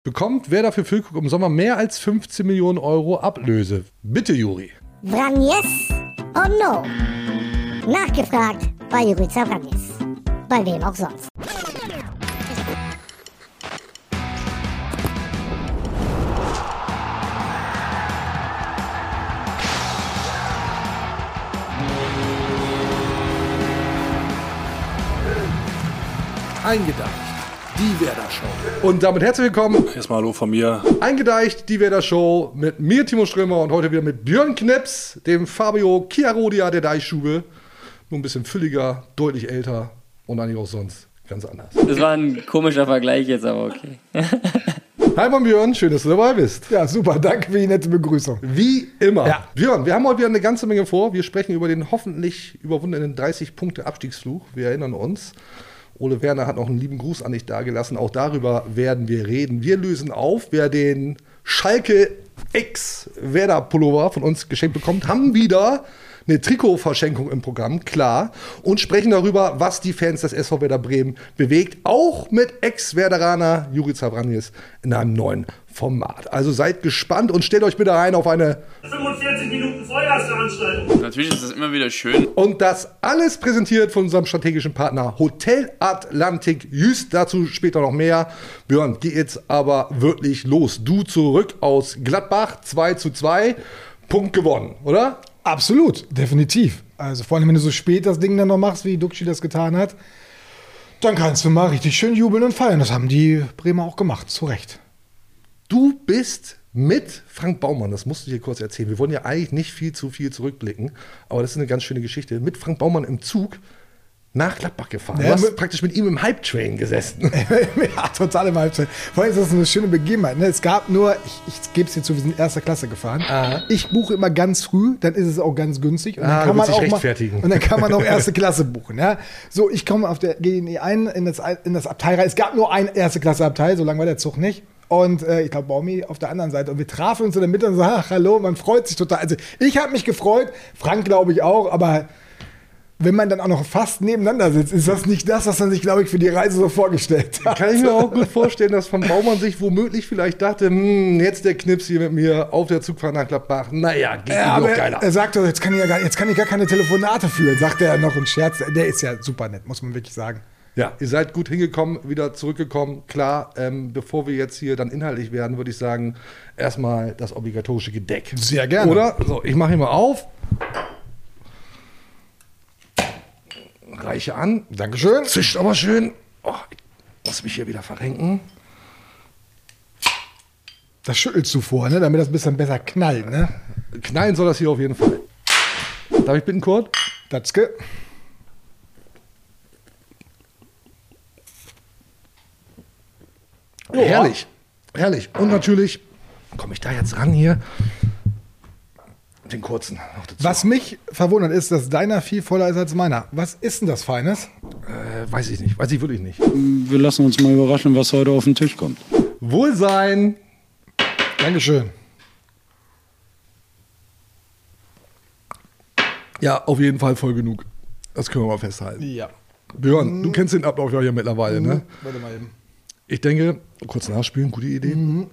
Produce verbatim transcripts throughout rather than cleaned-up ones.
Bekommt Werder für Füllkrug im Sommer mehr als fünfzehn Millionen Euro Ablöse? Bitte, Juri. Vranjes or no? Nachgefragt bei Jurica Vranjes. Bei wem auch sonst. Eingedeicht, die Werder Show. Und damit herzlich willkommen. Erstmal hallo von mir. Eingedeicht, die Werder Show mit mir, Timo Strömer, und heute wieder mit Björn Knips, dem Fabio Chiarodia der Deichstube. Nur ein bisschen fülliger, deutlich älter und eigentlich auch sonst ganz anders. Das war ein komischer Vergleich jetzt, aber okay. Hi, mein Björn, schön, dass du dabei bist. Ja, super, danke für die nette Begrüßung. Wie immer. Ja. Björn, wir haben heute wieder eine ganze Menge vor. Wir sprechen über den hoffentlich überwundenen dreißig-Punkte-Abstiegsfluch. Wir erinnern uns. Ole Werner hat noch einen lieben Gruß an dich dagelassen. Auch darüber werden wir reden. Wir lösen auf, wer den Schalke X Werder Pullover von uns geschenkt bekommt, haben wieder eine Trikotverschenkung im Programm, klar. Und sprechen darüber, was die Fans des S V Werder Bremen bewegt. Auch mit Ex-Werderaner Jurica Vranjes in einem neuen Format. Also seid gespannt und stellt euch bitte ein auf eine fünfundvierzig Minuten Vollgasveranstaltung. Natürlich ist das immer wieder schön. Und das alles präsentiert von unserem strategischen Partner Hotel Atlantik Jüst. Dazu später noch mehr. Björn, geht jetzt aber wirklich los. Du zurück aus Gladbach, zwei zu zwei. Punkt gewonnen, oder? Absolut, definitiv. Also vor allem, wenn du so spät das Ding dann noch machst, wie Duxi das getan hat, dann kannst du mal richtig schön jubeln und feiern. Das haben die Bremer auch gemacht, zu Recht. Du bist mit Frank Baumann, das musst du dir kurz erzählen. Wir wollen ja eigentlich nicht viel zu viel zurückblicken, aber das ist eine ganz schöne Geschichte. Mit Frank Baumann im Zug nach Gladbach gefahren. Ja, du hast praktisch mit ihm im Hype-Train gesessen. Ja, total im Halbzeit. Vor allem ist das eine schöne Begebenheit. Ne? Es gab nur, ich, ich gebe es dir zu, wir sind erster Klasse gefahren. Aha. Ich buche immer ganz früh, dann ist es auch ganz günstig. Und dann Ah, kann du man willst auch dich mal, rechtfertigen. und dann kann man auch erste Klasse buchen. Ja? So, ich komme auf der G N E ein in das, in das Abteil rein. Es gab nur ein erste Klasse Abteil, so lange war der Zug nicht. Und äh, ich glaube, Baumi auf der anderen Seite. Und wir trafen uns in der Mitte und so, ach, hallo, man freut sich total. Also ich habe mich gefreut, Frank glaube ich auch, aber wenn man dann auch noch fast nebeneinander sitzt, ist das nicht das, was man sich, glaube ich, für die Reise so vorgestellt hat. Kann ich mir auch gut vorstellen, dass von Baumann sich womöglich vielleicht dachte, hm, jetzt der Knips hier mit mir auf der Zugfahrt nach Gladbach. Naja, geht Ja, noch aber geiler. er sagt doch, jetzt kann, ich ja gar, jetzt kann ich gar keine Telefonate führen, sagt er noch im Scherz. Der ist ja super nett, muss man wirklich sagen. Ja, ihr seid gut hingekommen, wieder zurückgekommen. Klar, ähm, bevor wir jetzt hier dann inhaltlich werden, würde ich sagen, erstmal das obligatorische Gedeck. Sehr gerne. Oder? So, ich mache hier mal auf. Reiche an. Dankeschön. Zischt aber schön. Oh, ich muss mich hier wieder verrenken. Das schüttelst du vor, ne? Damit das ein bisschen besser knallt, ne? Knallen soll das hier auf jeden Fall. Darf ich bitten, Kurt? Datzke. Oh, herrlich. Herrlich. Und natürlich komme ich da jetzt ran hier. Den kurzen noch dazu. Was mich verwundert ist, dass deiner viel voller ist als meiner. Was ist denn das Feines? Äh, weiß ich nicht. Weiß ich wirklich nicht. Wir lassen uns mal überraschen, was heute auf den Tisch kommt. Wohlsein. Dankeschön. Ja, auf jeden Fall voll genug. Das können wir mal festhalten. Ja. Björn, Mhm. du kennst den Ablauf ja mittlerweile, Mhm. ne? Warte mal eben. Ich denke, kurz nachspielen, gute Idee. Mhm.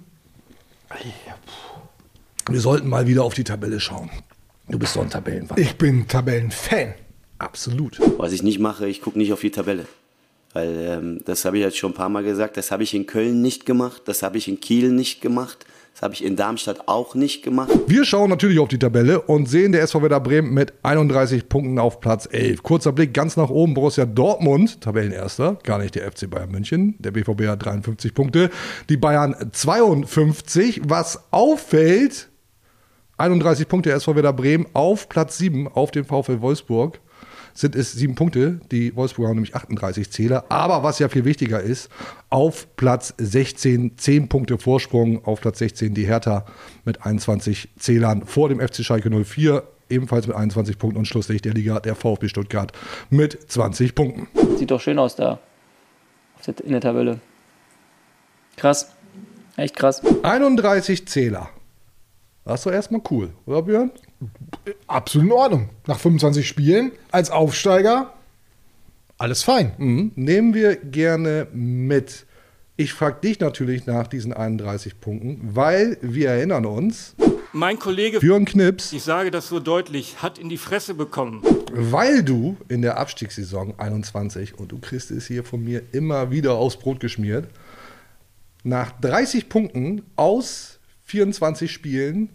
Wir sollten mal wieder auf die Tabelle schauen. Du bist so ein Tabellenwand. Ich bin Tabellenfan. Absolut. Was ich nicht mache, ich gucke nicht auf die Tabelle. Weil ähm, das habe ich jetzt schon ein paar Mal gesagt, das habe ich in Köln nicht gemacht, das habe ich in Kiel nicht gemacht, das habe ich in Darmstadt auch nicht gemacht. Wir schauen natürlich auf die Tabelle und sehen der S V Werder Bremen mit einunddreißig Punkten auf Platz elf. Kurzer Blick ganz nach oben, Borussia Dortmund, Tabellenerster, gar nicht der F C Bayern München. Der B V B hat dreiundfünfzig Punkte, die Bayern zweiundfünfzig. Was auffällt, einunddreißig Punkte der S V Werder Bremen auf Platz sieben auf dem VfL Wolfsburg. Sind es sieben Punkte, die Wolfsburger haben nämlich achtunddreißig Zähler. Aber was ja viel wichtiger ist, auf Platz sechzehn, zehn Punkte Vorsprung, auf Platz sechzehn die Hertha mit einundzwanzig Zählern vor dem F C Schalke null vier, ebenfalls mit einundzwanzig Punkten und Schlusslicht der Liga, der VfB Stuttgart mit zwanzig Punkten. Sieht doch schön aus da, in der Tabelle. Krass, echt krass. einunddreißig Zähler. Das ist doch erstmal cool, oder Björn? Absolut in Ordnung. Nach fünfundzwanzig Spielen als Aufsteiger, alles fein. Mhm. Nehmen wir gerne mit Ich frage dich natürlich nach diesen einunddreißig Punkten, weil wir erinnern uns, mein Kollege, Björn Knips, ich sage das so deutlich, hat in die Fresse bekommen. Weil du in der Abstiegssaison einundzwanzig, und du kriegst es hier von mir immer wieder aufs Brot geschmiert, nach dreißig Punkten aus vierundzwanzig Spielen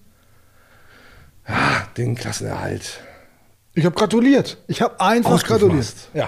ja, den Klassenerhalt. Ich habe gratuliert. Ich habe einfach gratuliert. Ja.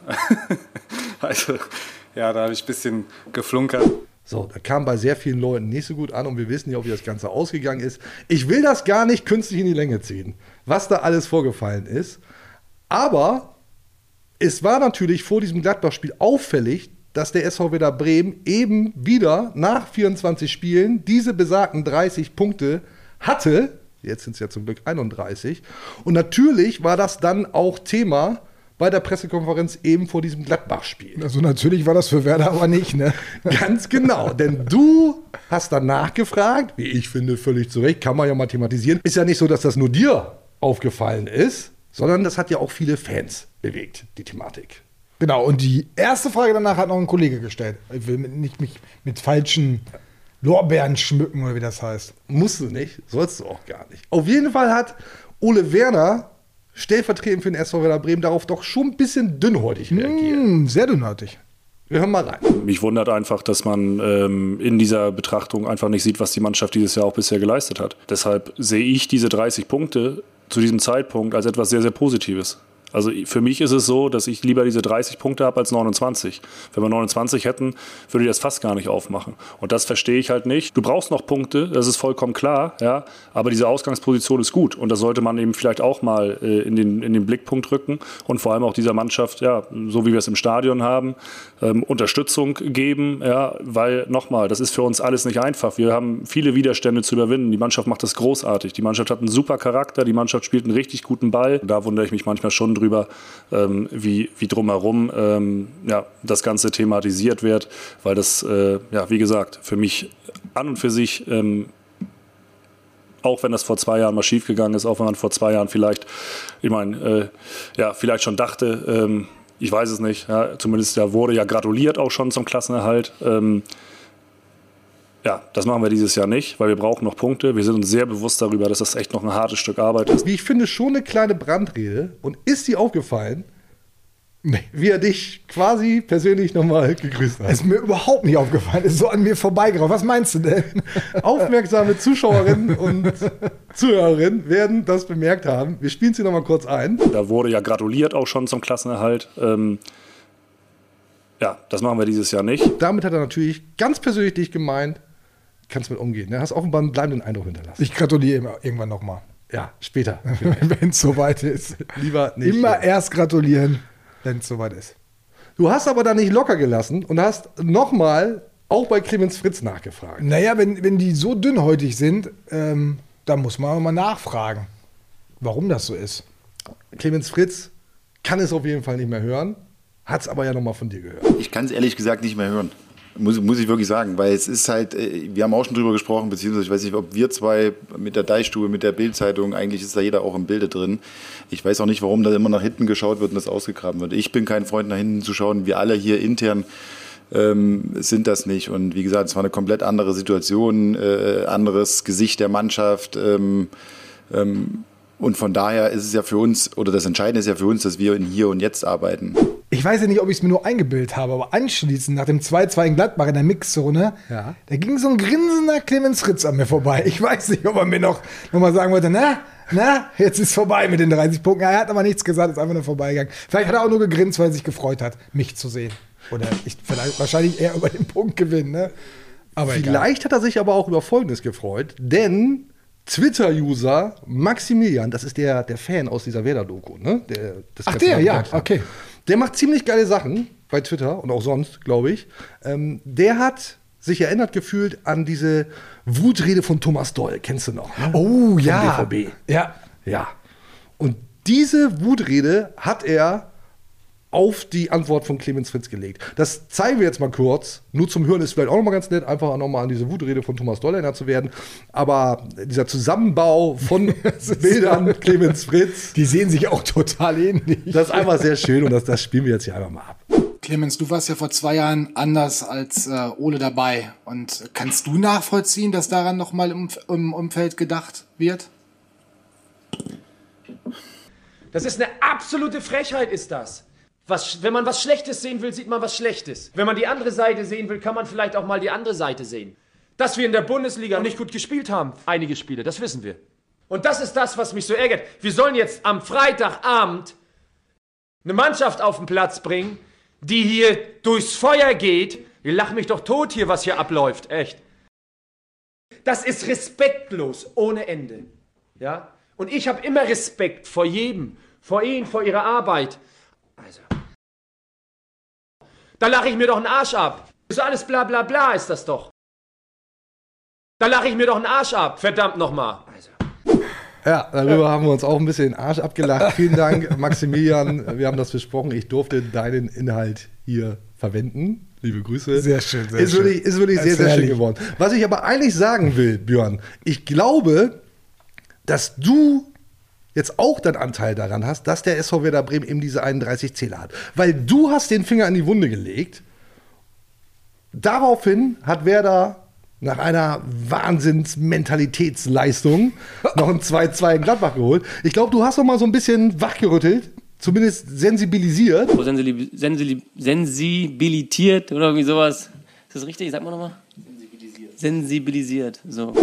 Also, ja, da habe ich ein bisschen geflunkert. So, da kam bei sehr vielen Leuten nicht so gut an und wir wissen ja auch, wie das Ganze ausgegangen ist. Ich will das gar nicht künstlich in die Länge ziehen, was da alles vorgefallen ist. Aber es war natürlich vor diesem Gladbach-Spiel auffällig, dass der S V Werder Bremen eben wieder nach vierundzwanzig Spielen diese besagten dreißig Punkte hatte. Jetzt sind es ja zum Glück einunddreißig. Und natürlich war das dann auch Thema bei der Pressekonferenz eben vor diesem Gladbach-Spiel. Also natürlich war das für Werder aber nicht, ne? Ganz genau, denn du hast danach gefragt, wie ich finde, völlig zu Recht, kann man ja mal thematisieren. Ist ja nicht so, dass das nur dir aufgefallen ist, sondern das hat ja auch viele Fans bewegt, die Thematik. Genau, und die erste Frage danach hat noch ein Kollege gestellt. Ich will nicht mich mit falschen Lorbeeren schmücken, oder wie das heißt. Musst du nicht, sollst du auch gar nicht. Auf jeden Fall hat Ole Werner stellvertretend für den S V Werder Bremen darauf doch schon ein bisschen dünnhäutig reagiert. Mm, sehr dünnhäutig. Wir hören mal rein. Mich wundert einfach, dass man ähm, in dieser Betrachtung einfach nicht sieht, was die Mannschaft dieses Jahr auch bisher geleistet hat. Deshalb sehe ich diese dreißig Punkte zu diesem Zeitpunkt als etwas sehr, sehr Positives. Also für mich ist es so, dass ich lieber diese dreißig Punkte habe als neunundzwanzig. Wenn wir neunundzwanzig hätten, würde ich das fast gar nicht aufmachen. Und das verstehe ich halt nicht. Du brauchst noch Punkte, das ist vollkommen klar, ja. Aber diese Ausgangsposition ist gut. Und das sollte man eben vielleicht auch mal äh, in den, in den Blickpunkt rücken. Und vor allem auch dieser Mannschaft, ja, so wie wir es im Stadion haben, ähm, Unterstützung geben. Ja, weil nochmal, das ist für uns alles nicht einfach. Wir haben viele Widerstände zu überwinden. Die Mannschaft macht das großartig. Die Mannschaft hat einen super Charakter. Die Mannschaft spielt einen richtig guten Ball. Da wundere ich mich manchmal schon drüber. Drüber, ähm, wie, wie drumherum ähm, ja, das Ganze thematisiert wird, weil das, äh, ja, wie gesagt, für mich an und für sich, ähm, auch wenn das vor zwei Jahren mal schief gegangen ist, auch wenn man vor zwei Jahren vielleicht, ich meine, äh, ja, vielleicht schon dachte, ähm, ich weiß es nicht, ja, zumindest da wurde ja gratuliert auch schon zum Klassenerhalt. Ähm, Ja, das machen wir dieses Jahr nicht, weil wir brauchen noch Punkte. Wir sind uns sehr bewusst darüber, dass das echt noch ein hartes Stück Arbeit ist. Wie ich finde, schon eine kleine Brandrede. Und ist dir aufgefallen, nee, wie er dich quasi persönlich nochmal gegrüßt hat? Ist mir überhaupt nicht aufgefallen. Ist so an mir vorbeigeraucht. Was meinst du denn? Aufmerksame Zuschauerinnen und Zuhörerinnen werden das bemerkt haben. Wir spielen sie nochmal kurz ein. Da wurde ja gratuliert auch schon zum Klassenerhalt. Ähm, ja, das machen wir dieses Jahr nicht. Damit hat er natürlich ganz persönlich dich gemeint. Kannst mit umgehen. Du hast offenbar einen bleibenden Eindruck hinterlassen. Ich gratuliere immer, irgendwann nochmal. Ja, später. Wenn es soweit ist. Lieber nicht. Immer erst gratulieren, wenn es soweit ist. Du hast aber da nicht locker gelassen und hast nochmal auch bei Clemens Fritz nachgefragt. Naja, wenn, wenn die so dünnhäutig sind, ähm, dann muss man mal nachfragen, warum das so ist. Clemens Fritz kann es auf jeden Fall nicht mehr hören, hat es aber ja nochmal von dir gehört. Ich kann es ehrlich gesagt nicht mehr hören. Muss, muss ich wirklich sagen, weil es ist halt, wir haben auch schon drüber gesprochen, beziehungsweise ich weiß nicht, ob wir zwei mit der Deichstube, mit der Bild-Zeitung, eigentlich ist da jeder auch im Bilde drin. Ich weiß auch nicht, warum da immer nach hinten geschaut wird und das ausgegraben wird. Ich bin kein Freund, nach hinten zu schauen. Wir alle hier intern ähm, sind das nicht. Und wie gesagt, es war eine komplett andere Situation, äh, anderes Gesicht der Mannschaft. Ähm, ähm, und von daher ist es ja für uns, oder das Entscheidende ist ja für uns, dass wir in Hier und Jetzt arbeiten. Ich weiß ja nicht, ob ich es mir nur eingebildet habe, aber anschließend nach dem zwei zwei in Gladbach in der Mixzone, ja, da ging so ein grinsender Clemens Fritz an mir vorbei. Ich weiß nicht, ob er mir noch, noch mal sagen wollte, na, na, jetzt ist vorbei mit den dreißig Punkten. Er hat aber nichts gesagt, ist einfach nur vorbeigegangen. Vielleicht hat er auch nur gegrinst, weil er sich gefreut hat, mich zu sehen. Oder ich vielleicht wahrscheinlich eher über den Punkt gewinnen, ne? Aber vielleicht egal. Hat er sich aber auch über Folgendes gefreut, denn Twitter-User Maximilian, das ist der, der Fan aus dieser Werder-Doku, ne? Der, das Ach der, ja, okay. Der macht ziemlich geile Sachen bei Twitter und auch sonst, glaube ich. Ähm, der hat sich erinnert gefühlt an diese Wutrede von Thomas Doll, kennst du noch? Ne? Oh, vom ja. B V B. Ja. Ja. Und diese Wutrede hat er auf die Antwort von Clemens Fritz gelegt. Das zeigen wir jetzt mal kurz. Nur zum Hören ist vielleicht auch noch mal ganz nett, einfach nochmal an diese Wutrede von Thomas Doll erinnert zu werden. Aber dieser Zusammenbau von Bildern Clemens Fritz, die sehen sich auch total ähnlich. das ist einfach sehr schön und das, das spielen wir jetzt hier einfach mal ab. Clemens, du warst ja vor zwei Jahren anders als äh, Ole dabei. Und kannst du nachvollziehen, dass daran nochmal im, im Umfeld gedacht wird? Das ist eine absolute Frechheit, ist das. Was, wenn man was Schlechtes sehen will, sieht man was Schlechtes. Wenn man die andere Seite sehen will, kann man vielleicht auch mal die andere Seite sehen. Dass wir in der Bundesliga nicht gut gespielt haben, einige Spiele, das wissen wir. Und das ist das, was mich so ärgert. Wir sollen jetzt am Freitagabend eine Mannschaft auf den Platz bringen, die hier durchs Feuer geht. Ihr lacht mich doch tot hier, was hier abläuft, echt. Das ist respektlos, ohne Ende. Ja? Und ich habe immer Respekt vor jedem, vor Ihnen, vor Ihrer Arbeit. Also, da lache ich mir doch einen Arsch ab. So alles bla bla bla ist das doch. Da lache ich mir doch einen Arsch ab, verdammt nochmal. Also. Ja, darüber haben wir uns auch ein bisschen den Arsch abgelacht. Vielen Dank, Maximilian. Wir haben das besprochen. Ich durfte deinen Inhalt hier verwenden. Liebe Grüße. Sehr schön, sehr ist schön. Wirklich, ist wirklich sehr, sehr herrlich. schön geworden. Was ich aber eigentlich sagen will, Björn, ich glaube, dass du jetzt auch deinen Anteil daran hast, dass der S V Werder Bremen eben diese einunddreißig Zähler hat. Weil du hast den Finger in die Wunde gelegt. Daraufhin hat Werder nach einer Wahnsinns-Mentalitätsleistung noch ein zwei zwei in Gladbach geholt. Ich glaube, du hast noch mal so ein bisschen wachgerüttelt, zumindest sensibilisiert. Oh, sensibil sensibil sensibilitiert oder irgendwie sowas. Ist das richtig? Sag mal nochmal. Sensibilisiert. Sensibilisiert, so.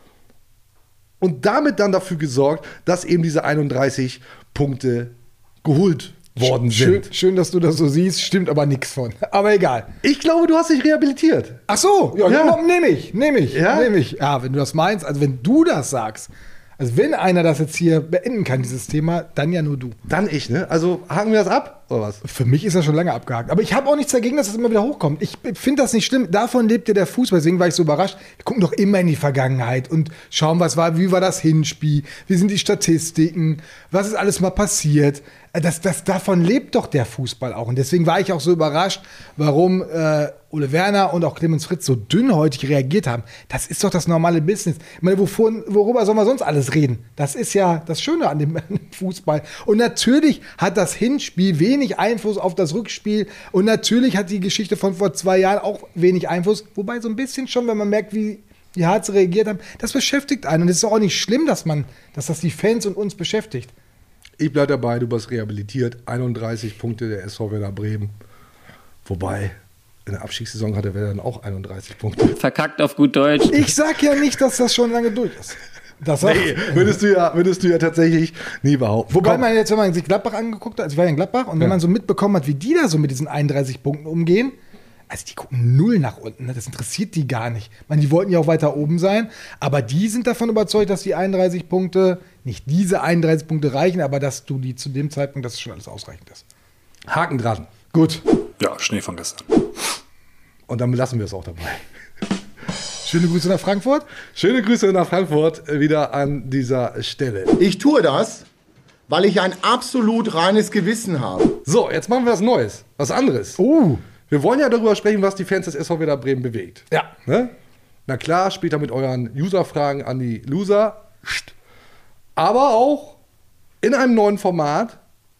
Und damit dann dafür gesorgt, dass eben diese einunddreißig Punkte geholt worden Schön, sind. schön, dass du das so siehst, stimmt aber nichts von. Aber egal. Ich glaube, du hast dich rehabilitiert. Ach so, ja, Ja. nehme ich, nehme ich, Ja? nehme ich. Ja, wenn du das meinst, also wenn du das sagst, also wenn einer das jetzt hier beenden kann, dieses Thema, dann ja nur du. Dann ich, ne? Also haken wir das ab, oder was? Für mich ist das schon lange abgehakt. Aber ich habe auch nichts dagegen, dass das immer wieder hochkommt. Ich finde das nicht schlimm. Davon lebt ja der Fußball. Deswegen war ich so überrascht. Wir gucken doch immer in die Vergangenheit und schauen, was war, wie war das Hinspiel, wie sind die Statistiken, was ist alles mal passiert. Das, das, davon lebt doch der Fußball auch. Und deswegen war ich auch so überrascht, warum äh, Ole Werner und auch Clemens Fritz so dünnhäutig reagiert haben. Das ist doch das normale Business. Ich meine, wovon, worüber soll man sonst alles reden? Das ist ja das Schöne an dem, an dem Fußball. Und natürlich hat das Hinspiel wenig Einfluss auf das Rückspiel. Und natürlich hat die Geschichte von vor zwei Jahren auch wenig Einfluss. Wobei so ein bisschen schon, wenn man merkt, wie wie hart sie reagiert haben, das beschäftigt einen. Und es ist auch nicht schlimm, dass man, dass das die Fans und uns beschäftigt. Ich bleibe dabei, du bist rehabilitiert. einunddreißig Punkte der S V Werder Bremen. Wobei, in der Abstiegssaison hatte Werder dann auch einunddreißig Punkte. Verkackt auf gut Deutsch. Ich sag ja nicht, dass das schon lange durch ist. Das auch, Nee, würdest du, ja, würdest du ja tatsächlich nie behaupten. Wobei Komm. man jetzt, wenn man sich Gladbach angeguckt hat, also ich war ja in Gladbach, und wenn Ja. man so mitbekommen hat, wie die da so mit diesen einunddreißig Punkten umgehen, also die gucken null nach unten, ne? Das interessiert die gar nicht. Ich meine, die wollten ja auch weiter oben sein, aber die sind davon überzeugt, dass die einunddreißig Punkte, nicht diese einunddreißig Punkte reichen, aber dass du die zu dem Zeitpunkt, dass es schon alles ausreichend ist. Haken dran. Gut. Ja, Schnee von gestern. Und dann lassen wir es auch dabei. Schöne Grüße nach Frankfurt. Schöne Grüße nach Frankfurt äh, wieder an dieser Stelle. Ich tue das, weil ich ein absolut reines Gewissen habe. So, jetzt machen wir was Neues, was anderes. Uh. Wir wollen ja darüber sprechen, was die Fans des S V Werder Bremen bewegt. Ja. Ne? Na klar, später mit euren User-Fragen an die Loser. Aber auch in einem neuen Format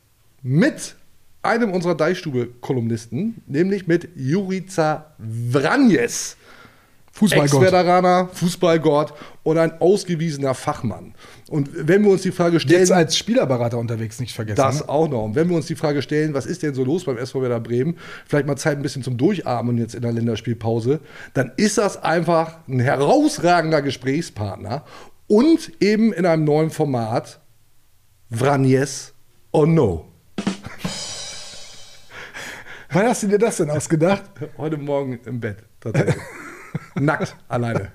mit einem unserer Deichstube-Kolumnisten, nämlich mit Jurica Vranjes. Fußballgott. Ex-Veteraner, Fußballgott und ein ausgewiesener Fachmann. Und wenn wir uns die Frage stellen... Jetzt als Spielerberater unterwegs, nicht vergessen. Das ne? auch noch. Und wenn wir uns die Frage stellen, was ist denn so los beim S V Werder Bremen, vielleicht mal Zeit ein bisschen zum Durchatmen jetzt in der Länderspielpause, dann ist das einfach ein herausragender Gesprächspartner und eben in einem neuen Format Vranjes or No. Wann hast du dir das denn ausgedacht? Heute Morgen im Bett, tatsächlich. Nackt, alleine.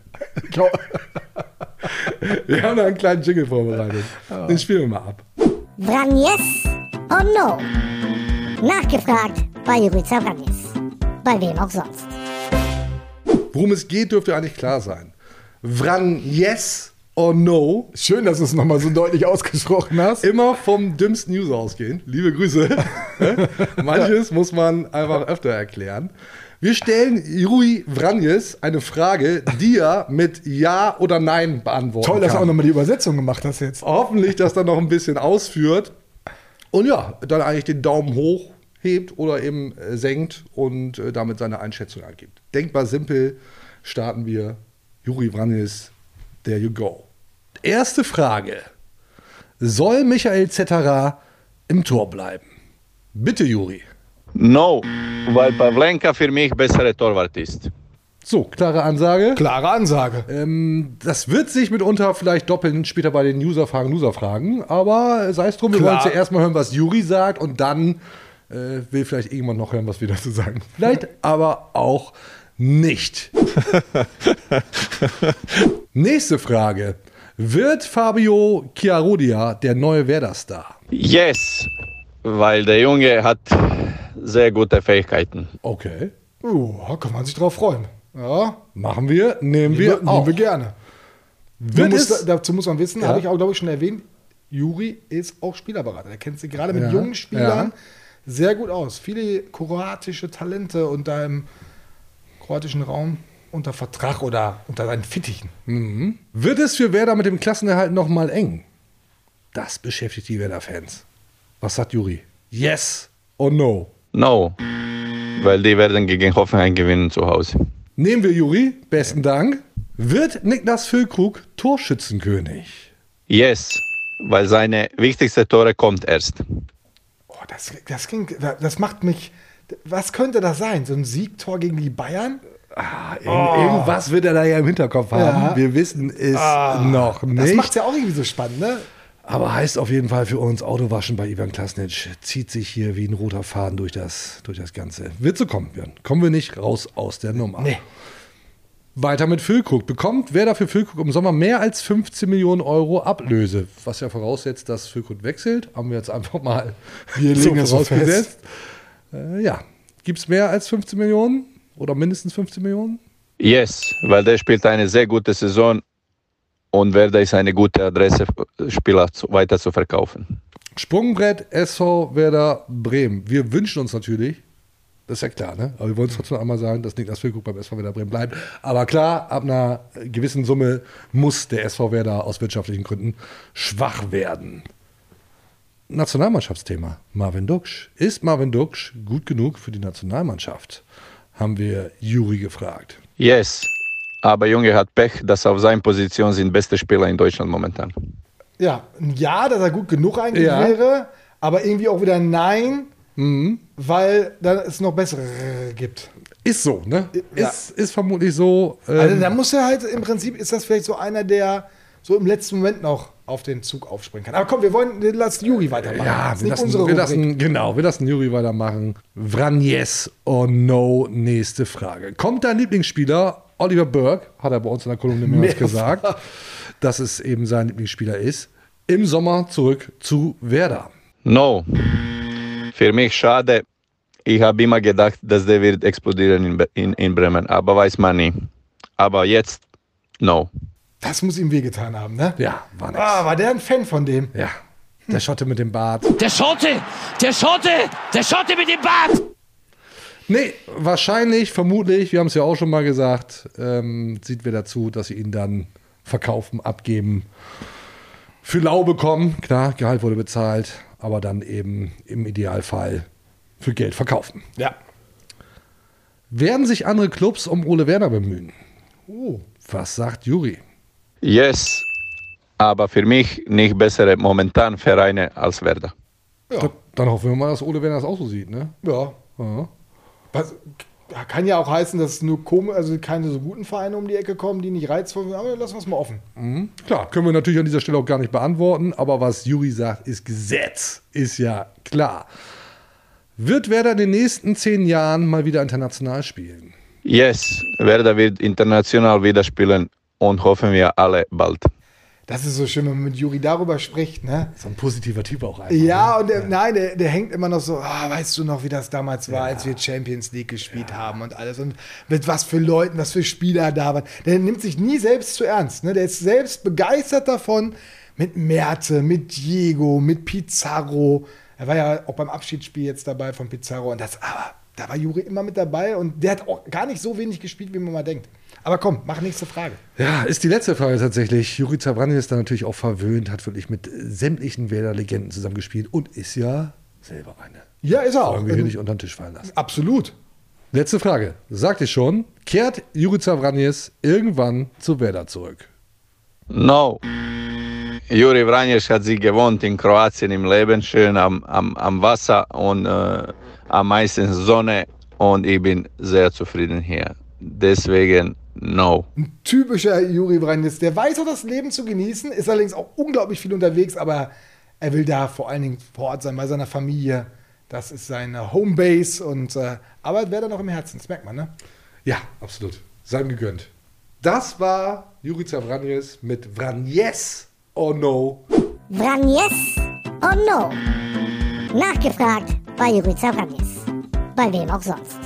Wir haben da einen kleinen Jingle vorbereitet. Den spielen wir mal ab. Vranjes or No? Nachgefragt bei Jurica Vranjes. Bei wem auch sonst. Worum es geht, dürfte eigentlich klar sein. Vranjes or No. Schön, dass du es nochmal so deutlich ausgesprochen hast. Immer vom dümmsten User ausgehen. Liebe Grüße. Manches muss man einfach öfter erklären. Wir stellen Juri Vranjes eine Frage, die er mit Ja oder Nein beantworten Toll, dass kann. du auch nochmal die Übersetzung gemacht hast jetzt. Hoffentlich das dann noch ein bisschen ausführt. Und ja, dann eigentlich den Daumen hoch hebt oder eben äh, senkt und äh, damit seine Einschätzung angibt. Denkbar simpel starten wir. Juri Vranjes, there you go. Erste Frage. Soll Michael Zetterer im Tor bleiben? Bitte, Juri. No, weil Pavlenka für mich bessere Torwart ist. So, klare Ansage. Klare Ansage. Ähm, das wird sich mitunter vielleicht doppeln später bei den User-Fragen, User-Fragen. Aber sei es drum, wir Klar. wollen zuerst mal hören, was Juri sagt und dann äh, will vielleicht irgendwann noch hören, was wir dazu sagen. Vielleicht aber auch nicht. Nächste Frage. Wird Fabio Chiarodia der neue Werder-Star? Yes, weil der Junge hat sehr gute Fähigkeiten. Okay. Uh, da kann man sich drauf freuen. Ja. Machen wir, nehmen wir Nehmen auch. wir gerne. Wird Muss, es- dazu muss man wissen, Ja. habe ich auch, glaube ich, schon erwähnt, Juri ist auch Spielerberater. Der kennt sich gerade mit Ja. jungen Spielern Ja. sehr gut aus. Viele kroatische Talente unter im kroatischen Raum unter Vertrag oder unter seinen Fittichen. Mhm. Wird es für Werder mit dem Klassenerhalt noch mal eng? Das beschäftigt die Werder-Fans. Was sagt Juri? Yes or no? No, weil die werden gegen Hoffenheim gewinnen zu Hause. Nehmen wir Juri, besten Dank. Wird Niklas Füllkrug Torschützenkönig? Yes, weil seine wichtigste Tore kommt erst. Oh, das, das, klingt, das macht mich. Was könnte das sein? So ein Siegtor gegen die Bayern? Ah, Irgend- Irgendwas wird er da ja im Hinterkopf haben. Ja. Wir wissen es Ah, noch nicht. Das macht es ja auch irgendwie so spannend, ne? Aber heißt auf jeden Fall für uns, Autowaschen bei Ivan Klasnic zieht sich hier wie ein roter Faden durch das, durch das Ganze. Wird so kommen, Björn. Kommen wir nicht raus aus der Nummer. Nee. Weiter mit Füllkrug. Bekommt Werder für Füllkrug im Sommer mehr als fünfzehn Millionen Euro Ablöse? Was ja voraussetzt, dass Füllkrug wechselt. Haben wir jetzt einfach mal Wir so legen das so vorausgesetzt. Äh, ja. Gibt es mehr als fünfzehn Millionen? Oder mindestens fünfzehn Millionen? Yes, weil der spielt eine sehr gute Saison und Werder ist eine gute Adresse, Spieler zu, weiter zu verkaufen. Sprungbrett S V Werder Bremen. Wir wünschen uns natürlich, das ist ja klar, ne? Aber wir wollen es trotzdem einmal sagen, dass Niklas Füllkrug beim S V Werder Bremen bleibt. Aber klar, ab einer gewissen Summe muss der S V Werder aus wirtschaftlichen Gründen schwach werden. Nationalmannschaftsthema. Marvin Duksch. Ist Marvin Duksch gut genug für die Nationalmannschaft? Haben wir Juri gefragt. Yes, aber Junge hat Pech, dass auf seiner Position sind beste Spieler in Deutschland momentan. Ja, ein Ja, dass er gut genug eigentlich Ja. wäre, aber irgendwie auch wieder ein Nein, weil da es noch bessere gibt. Ist so, ne? Ja. Ist, ist vermutlich so. Ähm, Also da muss er halt, im Prinzip ist das vielleicht so einer, der so im letzten Moment noch auf den Zug aufspringen kann. Aber komm, wir wollen, lass Juri weitermachen. Ja, Das ist wir nicht lassen, unsere wir Rubrik. lassen, genau, wir lassen Juri weitermachen. Vranjes or no, nächste Frage. Kommt dein Lieblingsspieler, Oliver Burke, hat er bei uns in der Kolumne mehrmals Mehrfach. gesagt, dass es eben sein Lieblingsspieler ist, im Sommer zurück zu Werder? No, für mich schade. Ich habe immer gedacht, dass der wird explodieren in, Be- in, in Bremen, aber weiß man nie. Aber jetzt, no. Das muss ihm wehgetan haben, ne? Ja, war nix. Ah, war der ein Fan von dem? Ja, der Schotte mit dem Bart. Der Schotte! Der Schotte! Der Schotte mit dem Bart! Nee, wahrscheinlich, vermutlich, wir haben es ja auch schon mal gesagt, ähm, sieht wir dazu, dass sie ihn dann verkaufen, abgeben, für lau bekommen. Klar, Gehalt wurde bezahlt, aber dann eben im Idealfall für Geld verkaufen. Ja. Werden sich andere Clubs um Ole Werner bemühen? Oh. Was sagt Juri? Yes, aber für mich nicht bessere momentan Vereine als Werder. Ja. Da, dann hoffen wir mal, dass Ole Werner das auch so sieht, ne? Ja. Ja. Was, kann ja auch heißen, dass nur komisch, also keine so guten Vereine um die Ecke kommen, die nicht reizvoll sind, aber lassen wir es mal offen. Mhm. Klar, können wir natürlich an dieser Stelle auch gar nicht beantworten, aber was Juri sagt, ist Gesetz, ist ja klar. Wird Werder in den nächsten zehn Jahren mal wieder international spielen? Yes, Werder wird international wieder spielen und hoffen wir alle bald. Das ist so schön, wenn man mit Juri darüber spricht, ne? So ein positiver Typ auch einfach. Ja, ne? und der, nein, der, der hängt immer noch so, ah, weißt du noch, wie das damals war, als wir Champions League gespielt haben und alles und mit was für Leuten, was für Spieler da waren. Der nimmt sich nie selbst zu ernst, ne? Der ist selbst begeistert davon, mit Merte, mit Diego, mit Pizarro. Er war ja auch beim Abschiedsspiel jetzt dabei von Pizarro und das, aber da war Juri immer mit dabei und der hat auch gar nicht so wenig gespielt, wie man mal denkt. Aber komm, mach nächste Frage. Ja, ist die letzte Frage tatsächlich. Juri Zabrani ist da natürlich auch verwöhnt, hat wirklich mit sämtlichen Werder-Legenden zusammengespielt und ist ja selber eine. Ja, ist er auch. Wollen wir hier nicht unter den Tisch fallen lassen. Absolut. Letzte Frage. Sagt ihr schon, kehrt Jurica Vranjes irgendwann zu Werder zurück? No. Juri Vranjes hat sie gewohnt in Kroatien im Leben, schön am, am, am Wasser und äh, am meisten Sonne und ich bin sehr zufrieden hier. Deswegen no. Ein typischer Juri Vranjes, der weiß auch das Leben zu genießen, ist allerdings auch unglaublich viel unterwegs, aber er will da vor allen Dingen vor Ort sein, bei seiner Familie. Das ist seine Homebase und äh, aber wäre da noch im Herzen, das merkt man, ne? Ja, absolut. Sei ihm gegönnt. Das war Jurica Vranjes mit Vranjes or no. Vranjes or no? Nachgefragt bei Jurica Vranjes. Bei wem auch sonst.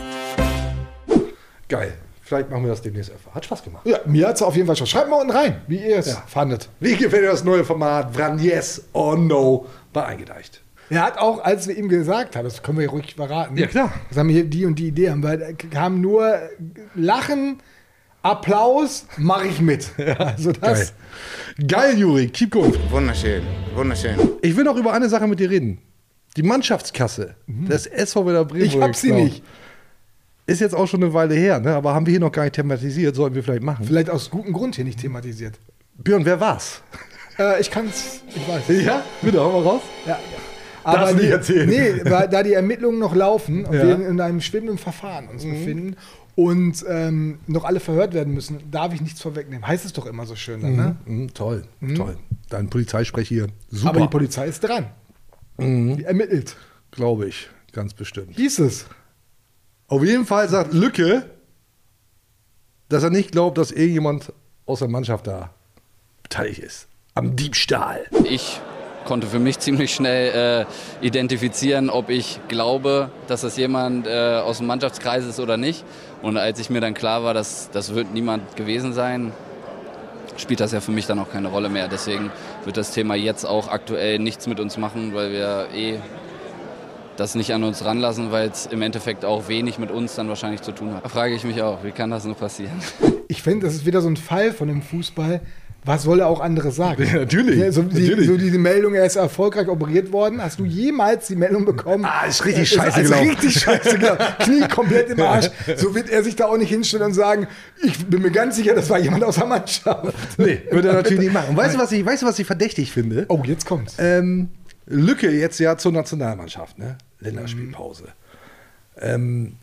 Geil. Vielleicht machen wir das demnächst öfter. Hat Spaß gemacht. Ja, mir hat es auf jeden Fall schon. Schreibt mal unten rein, wie ihr es Ja. fandet. Wie gefällt dir das neue Format Vranjes or no bei Eingedeicht? Er hat auch, als wir ihm gesagt haben, das können wir ruhig verraten. Ja, klar. Das haben wir hier die und die Idee, haben wir, kam nur Lachen, Applaus, mache ich mit. Also das. Geil. Geil, Juri. Keep going. Wunderschön, wunderschön. Ich will noch über eine Sache mit dir reden. Die Mannschaftskasse des S V Werder Bremen. Ich hab sie nicht. Ist jetzt auch schon eine Weile her, ne? Aber haben wir hier noch gar nicht thematisiert. Sollten wir vielleicht machen. Vielleicht aus gutem Grund hier nicht thematisiert. Björn, wer war's? Äh, ich kann's, ich weiß. Ja? Bitte, hau mal raus. Ja. Darfst Aber nicht die, erzählen. nee, weil da die Ermittlungen noch laufen und Ja. wir in einem schwimmenden Verfahren uns Mhm. befinden und ähm, noch alle verhört werden müssen, darf ich nichts vorwegnehmen. Heißt es doch immer so schön dann, ne? Mhm, mhm, toll, Mhm. toll. Dein Polizeisprech hier. Super. Aber die Polizei ist dran. Mhm. Die ermittelt. Glaube ich, ganz bestimmt. Hieß es. Auf jeden Fall sagt Lücke, dass er nicht glaubt, dass irgendjemand aus der Mannschaft da beteiligt ist. Am Diebstahl. Ich konnte für mich ziemlich schnell äh, identifizieren, ob ich glaube, dass das jemand äh, aus dem Mannschaftskreis ist oder nicht. Und als ich mir dann klar war, dass das wird niemand gewesen sein, spielt das ja für mich dann auch keine Rolle mehr. Deswegen wird das Thema jetzt auch aktuell nichts mit uns machen, weil wir eh das nicht an uns ranlassen, weil es im Endeffekt auch wenig mit uns dann wahrscheinlich zu tun hat. Da frage ich mich auch, wie kann das nur passieren? Ich finde, das ist wieder so ein Fall von dem Fußball. Was soll er auch anderes sagen? Ja, natürlich, Ja, so, die, natürlich. so diese Meldung, er ist erfolgreich operiert worden. Hast du jemals die Meldung bekommen? Ah, ist richtig Äh, scheiße ist gelaufen. richtig scheiße gelaufen. Knie komplett im Arsch. So wird er sich da auch nicht hinstellen und sagen, ich bin mir ganz sicher, das war jemand aus der Mannschaft. Nee, würde er natürlich nicht machen. Und weißt du, was ich, weißt du, was ich verdächtig finde? Oh, jetzt kommt's. Ähm, Lücke jetzt ja zur Nationalmannschaft, ne? Länderspielpause. Ähm,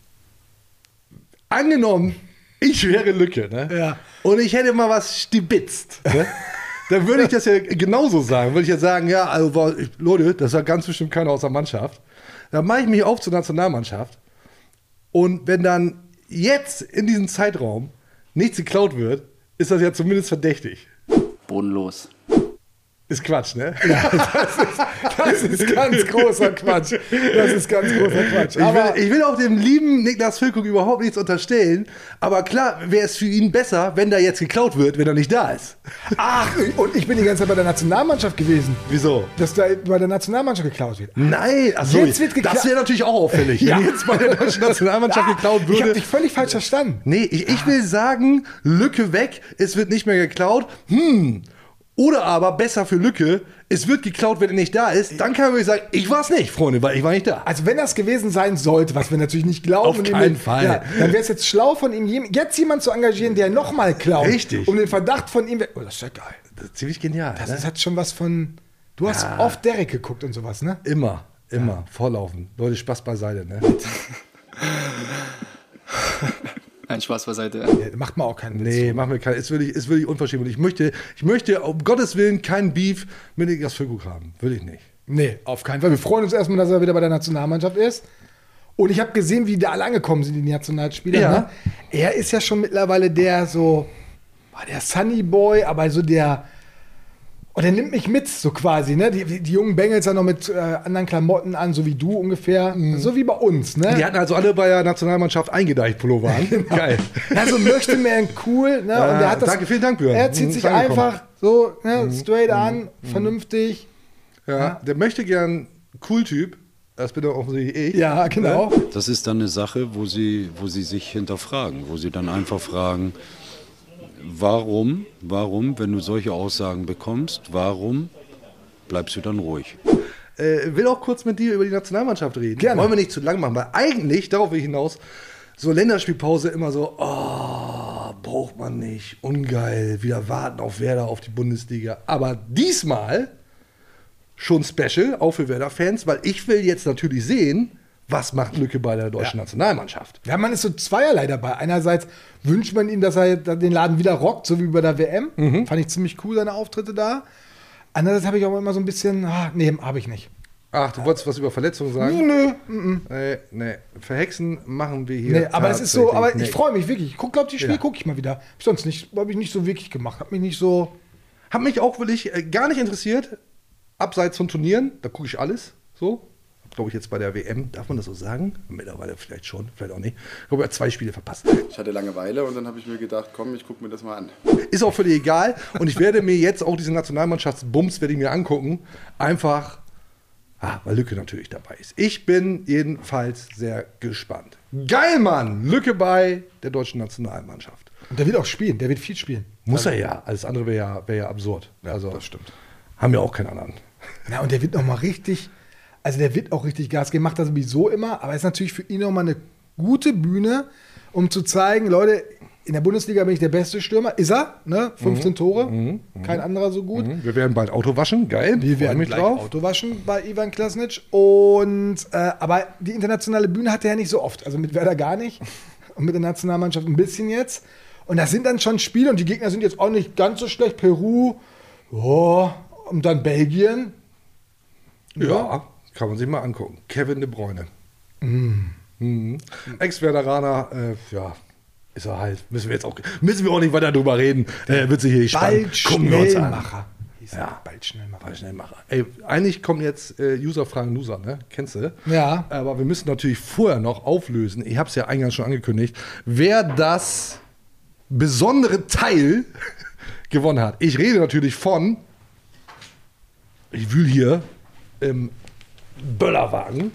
angenommen, ich wäre Lücke, ne? Ja. Und ich hätte mal was stibitzt, ne? Dann würde ich das ja genauso sagen. Würde ich ja sagen, ja, also, war- Leute, das war ganz bestimmt keiner aus der Mannschaft. Dann mache ich mich auf zur Nationalmannschaft. Und wenn dann jetzt in diesem Zeitraum nichts geklaut wird, ist das ja zumindest verdächtig. Bodenlos. Ist Quatsch, ne? Das ist ganz großer Quatsch. Das ist ganz großer Quatsch. Ich Aber will, ich will auch dem lieben Niklas Füllkrug überhaupt nichts unterstellen, aber klar wäre es für ihn besser, wenn da jetzt geklaut wird, wenn er nicht da ist. ach, und ich bin die ganze Zeit bei der Nationalmannschaft gewesen. Wieso? Dass da bei der Nationalmannschaft geklaut wird. Nein, achso, Jetzt wird gekla- das wäre natürlich auch auffällig, Ja. wenn jetzt bei der deutschen Nationalmannschaft Ah, geklaut Ich habe würde. dich völlig falsch verstanden. Nee, ich, ich will sagen, Lücke weg, es wird nicht mehr geklaut. Hm. Oder aber besser für Lücke, es wird geklaut, wenn er nicht da ist. Dann kann man sagen, ich war es nicht, Freunde, weil ich war nicht da. Also wenn das gewesen sein sollte, was wir natürlich nicht glauben, Auf und ihm- keinen Fall. Ja, dann wäre es jetzt schlau von ihm, jem- jetzt jemanden zu engagieren, der nochmal klaut. Richtig. Um den Verdacht von ihm... Oh, das ist ja geil. Das ist ziemlich genial. Das ne? ist, hat schon was von... Du hast Ja. oft Derek geguckt und sowas, ne? Immer, immer, vorlaufen. Leute, Spaß beiseite, ne? Ein Spaß beiseite. Ja, macht man auch keinen Witz. Nee, machen wir keinen. Ist wirklich, ist wirklich unverschämt. Und ich möchte, ich möchte um Gottes Willen keinen Beef mit Niklas Füllkrug haben. Will ich nicht. Nee, auf keinen Fall. Wir freuen uns erstmal, dass er wieder bei der Nationalmannschaft ist. Und ich habe gesehen, wie da alle angekommen sind, die Nationalspieler. Ja. Ne? Er ist ja schon mittlerweile der so, war der Sunny Boy, aber so der, und er nimmt mich mit, so quasi, ne? Die, die, die jungen Bengels ja noch mit äh, anderen Klamotten an, so wie du ungefähr, so wie bei uns, ne? Die hatten also alle bei der Nationalmannschaft eingedeicht Pullover an. Geil. Ja, so möchte man cool, ne? Ja, und er hat das, danke, vielen Dank, Björn. Er zieht Mhm, sich ist angekommen. einfach so ne, straight an, vernünftig. Ja, der möchte gern Cool-Typ. Das bin doch offensichtlich ich. Ja, genau. Das ist dann eine Sache, wo sie, wo sie sich hinterfragen, wo sie dann einfach fragen, warum, warum, wenn du solche Aussagen bekommst, warum bleibst du dann ruhig? äh, will auch kurz mit dir über die Nationalmannschaft reden. Gerne. Wollen wir nicht zu lang machen, weil eigentlich, darauf will ich hinaus, so Länderspielpause immer so, oh, braucht man nicht, ungeil, wieder warten auf Werder, auf die Bundesliga. Aber diesmal schon special, auch für Werder-Fans, weil ich will jetzt natürlich sehen, was macht Lücke bei der deutschen ja. Nationalmannschaft. Ja, man ist so zweierlei dabei. Einerseits wünscht man ihm, dass er den Laden wieder rockt, so wie bei der W M. Mhm. Fand ich ziemlich cool, seine Auftritte da. Andererseits habe ich auch immer so ein bisschen, ah, nee, habe ich nicht. Ach, du wolltest was über Verletzungen sagen? Nö, nö. Nee, nee. Verhexen machen wir hier. Nee, aber es ist so, aber nee. ich freue mich wirklich. Ich gucke, glaube ich, die Spiele Ja. gucke ich mal wieder. Hab ich sonst nicht, habe ich nicht so wirklich gemacht. Hat mich nicht so. Hat mich auch wirklich äh, gar nicht interessiert. Abseits von Turnieren, da gucke ich alles. So. Glaube ich jetzt bei der W M, darf man das so sagen? Mittlerweile vielleicht schon, vielleicht auch nicht. Ich glaube, er hat zwei Spiele verpasst. Ich hatte Langeweile und dann habe ich mir gedacht, komm, ich gucke mir das mal an. Ist auch völlig egal. Und ich werde mir jetzt auch diese Nationalmannschaftsbums werde ich mir angucken. Einfach, ah, weil Lücke natürlich dabei ist. Ich bin jedenfalls sehr gespannt. Geil, Mann! Lücke bei der deutschen Nationalmannschaft. Und der wird auch spielen, der wird viel spielen. Muss er ja. Alles andere wäre ja, wär ja absurd. Ja, also, das stimmt. Haben wir auch keinen anderen. Ja, und der wird noch mal richtig, also der wird auch richtig Gas geben, macht das sowieso immer, aber ist natürlich für ihn noch mal eine gute Bühne, um zu zeigen, Leute, in der Bundesliga bin ich der beste Stürmer. Ist er, ne? fünfzehn Mhm. Tore, Mhm. kein anderer so gut. Mhm. Wir werden bald Auto waschen, geil. Wir werden mich gleich drauf. Auto waschen bei Ivan Klasnic. Und, äh, aber die internationale Bühne hat er ja nicht so oft. Also mit Werder gar nicht. Und mit der Nationalmannschaft ein bisschen jetzt. Und das sind dann schon Spiele und die Gegner sind jetzt auch nicht ganz so schlecht. Peru, oh, und dann Belgien. Ja, ja, kann man sich mal angucken. Kevin De Bruyne. Mm. Mhm. Ex-Werderaner, äh, ja, ist er halt. Müssen wir jetzt auch, müssen wir auch nicht weiter drüber reden. Äh, wird sich hier nicht spannend. Bald Gucken wir uns an. Schnellmacher. Hieß er. Ja, Bald Schnellmacher. Bald Schnellmacher. Ey, eigentlich kommen jetzt äh, User fragen Loser, ne? Kennst du? Ja. Aber wir müssen natürlich vorher noch auflösen. Ich habe es ja eingangs schon angekündigt, wer das besondere Teil gewonnen hat. Ich rede natürlich von, ich wühl hier im Böllerwagen,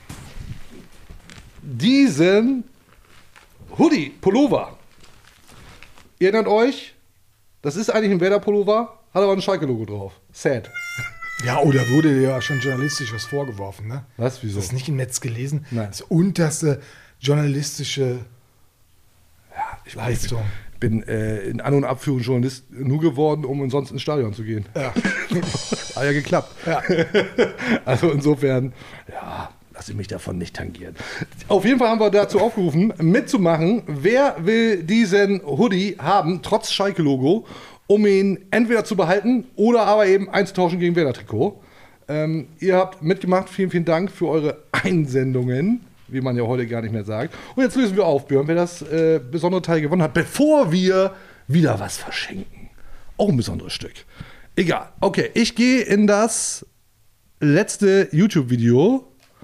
diesen Hoodie, Pullover. Ihr erinnert euch, das ist eigentlich ein Werder-Pullover, hat aber ein Schalke-Logo drauf. Sad. Ja, oh, da wurde dir ja schon journalistisch was vorgeworfen, ne? Was, wieso? Hast du das nicht im Netz gelesen? Nein. Das unterste journalistische Ja, ich Leistung. bin äh, in An- und Abführung Journalist nur geworden, um umsonst ins Stadion zu gehen. Ja. Hat ja geklappt. Ja. Also insofern, ja, lasse ich mich davon nicht tangieren. Auf jeden Fall haben wir dazu aufgerufen, mitzumachen. Wer will diesen Hoodie haben, trotz Schalke-Logo, um ihn entweder zu behalten oder aber eben einzutauschen gegen Werder-Trikot. Ähm, ihr habt mitgemacht. Vielen, vielen Dank für eure Einsendungen, wie man ja heute gar nicht mehr sagt. Und jetzt lösen wir auf, Björn, wer das äh, besondere Teil gewonnen hat, bevor wir wieder was verschenken. Auch ein besonderes Stück. Egal. Okay, ich gehe in das letzte YouTube-Video,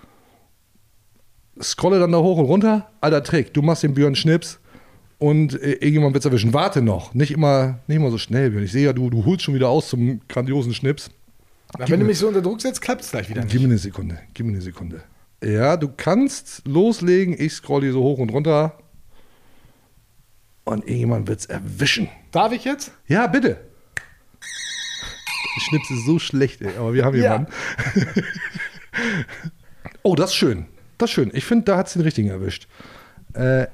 scrolle dann da hoch und runter. Alter Trick, du machst den Björn Schnips und äh, irgendjemand wird es erwischen. Warte noch, nicht immer, nicht immer so schnell, Björn. Ich sehe ja, du, du holst schon wieder aus zum grandiosen Schnips. Na, wenn du mich so unter Druck setzt, klappt es gleich wieder nicht. Gib mir eine Sekunde, gib mir eine Sekunde. Ja, du kannst loslegen, ich scrolle hier so hoch und runter und irgendjemand wird es erwischen. Darf ich jetzt? Ja, bitte. Der Schnips ist so schlecht, ey, aber wir haben jemanden. Ja. Oh, das ist schön. Das ist schön. Ich finde, da hat es den richtigen erwischt. Äh,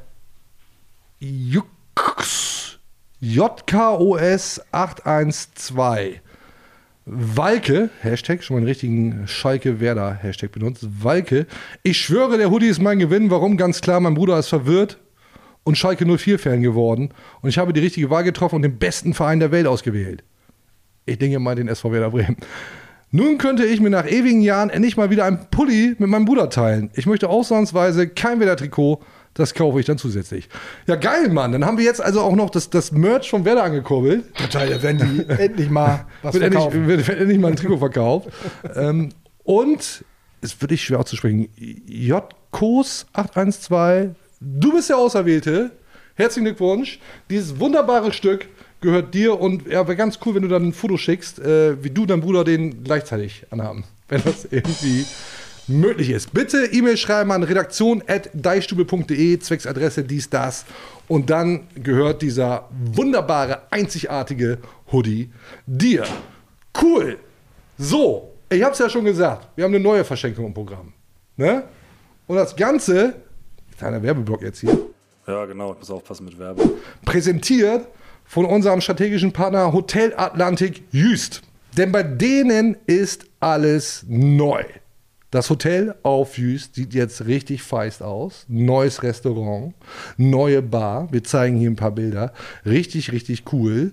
J K O S acht eins zwei. Walke, Hashtag, schon mal einen richtigen Schalke-Werder-Hashtag benutzt. Walke, ich schwöre, der Hoodie ist mein Gewinn. Warum? Ganz klar, mein Bruder ist verwirrt und Schalke null vier-Fan geworden. Und ich habe die richtige Wahl getroffen und den besten Verein der Welt ausgewählt. Ich denke mal den S V Werder Bremen. Nun könnte ich mir nach ewigen Jahren endlich mal wieder einen Pulli mit meinem Bruder teilen. Ich möchte ausnahmsweise kein Werder-Trikot. Das kaufe ich dann zusätzlich. Ja, geil, Mann. Dann haben wir jetzt also auch noch das, das Merch von Werder angekurbelt. Total, da werden die endlich mal was wird verkaufen. Endlich, wird, wird endlich mal ein Trikot verkauft. ähm, und, es ist wirklich schwer auszusprechen, J K O S acht eins zwei, du bist der Auserwählte. Herzlichen Glückwunsch. Dieses wunderbare Stück gehört dir und ja, wäre ganz cool, wenn du dann ein Foto schickst, äh, wie du und dein Bruder den gleichzeitig anhaben. Wenn das irgendwie möglich ist. Bitte E-Mail schreiben an redaktion at deichstube punkt de, zwecks Adresse dies, das. Und dann gehört dieser wunderbare, einzigartige Hoodie dir. Cool. So, Ich habe es ja schon gesagt, wir haben eine neue Verschenkung im Programm. Ne? Und das Ganze, kleiner Werbeblock jetzt hier. Ja, genau, ich muss aufpassen mit Werbung. Präsentiert von unserem strategischen Partner Hotel Atlantik Jüst. Denn bei denen ist alles neu. Das Hotel auf Jüst sieht jetzt richtig feist aus. Neues Restaurant, neue Bar. Wir zeigen hier ein paar Bilder. Richtig, richtig cool.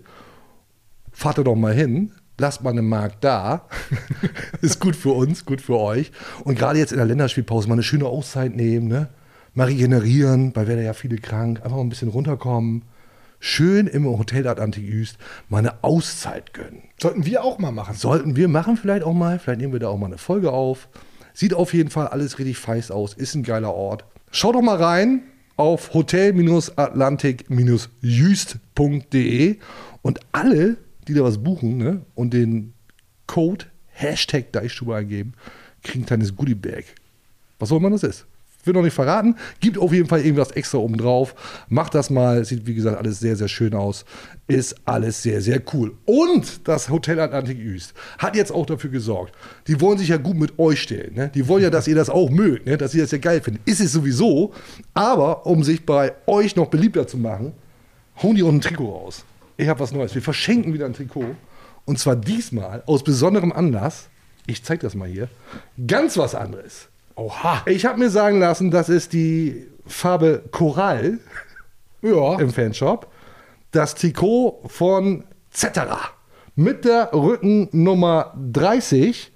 Fahrt doch mal hin. Lasst mal eine Mark da. Ist gut für uns, gut für euch. Und gerade jetzt in der Länderspielpause mal eine schöne Auszeit nehmen. Ne? Mal regenerieren, weil werden ja viele krank. Einfach mal ein bisschen runterkommen. Schön im Hotel Atlantik Jüst mal eine Auszeit gönnen. Sollten wir auch mal machen. Sollten wir machen vielleicht auch mal. Vielleicht nehmen wir da auch mal eine Folge auf. Sieht auf jeden Fall alles richtig feist aus. Ist ein geiler Ort. Schaut doch mal rein auf hotel atlantik jüst punkt de und alle, die da was buchen, ne, und den Code Hashtag Deichstube eingeben, kriegen ein kleines Goodie-Bag. Was auch immer das ist. Ich will noch nicht verraten. Gibt auf jeden Fall irgendwas extra oben drauf. Macht das mal. Sieht, wie gesagt, alles sehr, sehr schön aus. Ist alles sehr, sehr cool. Und das Hotel Atlantik Jüst hat jetzt auch dafür gesorgt. Die wollen sich ja gut mit euch stellen. Ne? Die wollen ja, dass ihr das auch mögt. Ne? Dass ihr das ja geil findet. Ist es sowieso. Aber um sich bei euch noch beliebter zu machen, hauen die auch ein Trikot raus. Ich habe was Neues. Wir verschenken wieder ein Trikot. Und zwar diesmal aus besonderem Anlass. Ich zeige das mal hier. Ganz was anderes. Oha. Ich habe mir sagen lassen, das ist die Farbe Korall ja. im Fanshop. Das Trikot von Zetterer mit der Rückennummer dreißig.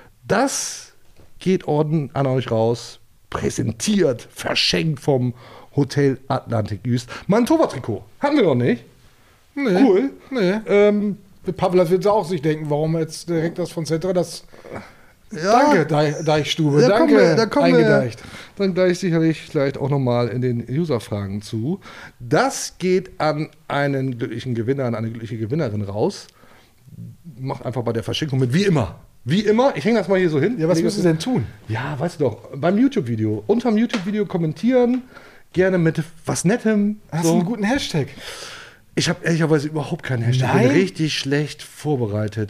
Das geht Orden an euch raus. Präsentiert, verschenkt vom Hotel Atlantik Jüst. Mein Torwarttrikot hatten wir noch nicht. Nee. Cool. Nee. Ähm, Pavlas wird auch sich denken, warum jetzt direkt das von Zetterer das... Ja, Danke, Deich, Deichstube. Da Danke, kommen wir, da kommen eingedeicht. wir dann gleich sicherlich vielleicht auch nochmal in den User-Fragen zu. Das geht an einen glücklichen Gewinner, an eine glückliche Gewinnerin raus. Macht einfach bei der Verschenkung mit, wie immer. Wie immer, ich hänge das mal hier so hin. Ja, was müssen Sie denn tun? Ja, weißt du doch, beim YouTube-Video. Unterm YouTube-Video kommentieren, gerne mit was Nettem. Hast so. du einen guten Hashtag? Ich habe ehrlicherweise überhaupt keinen Hashtag. Ich bin richtig schlecht vorbereitet.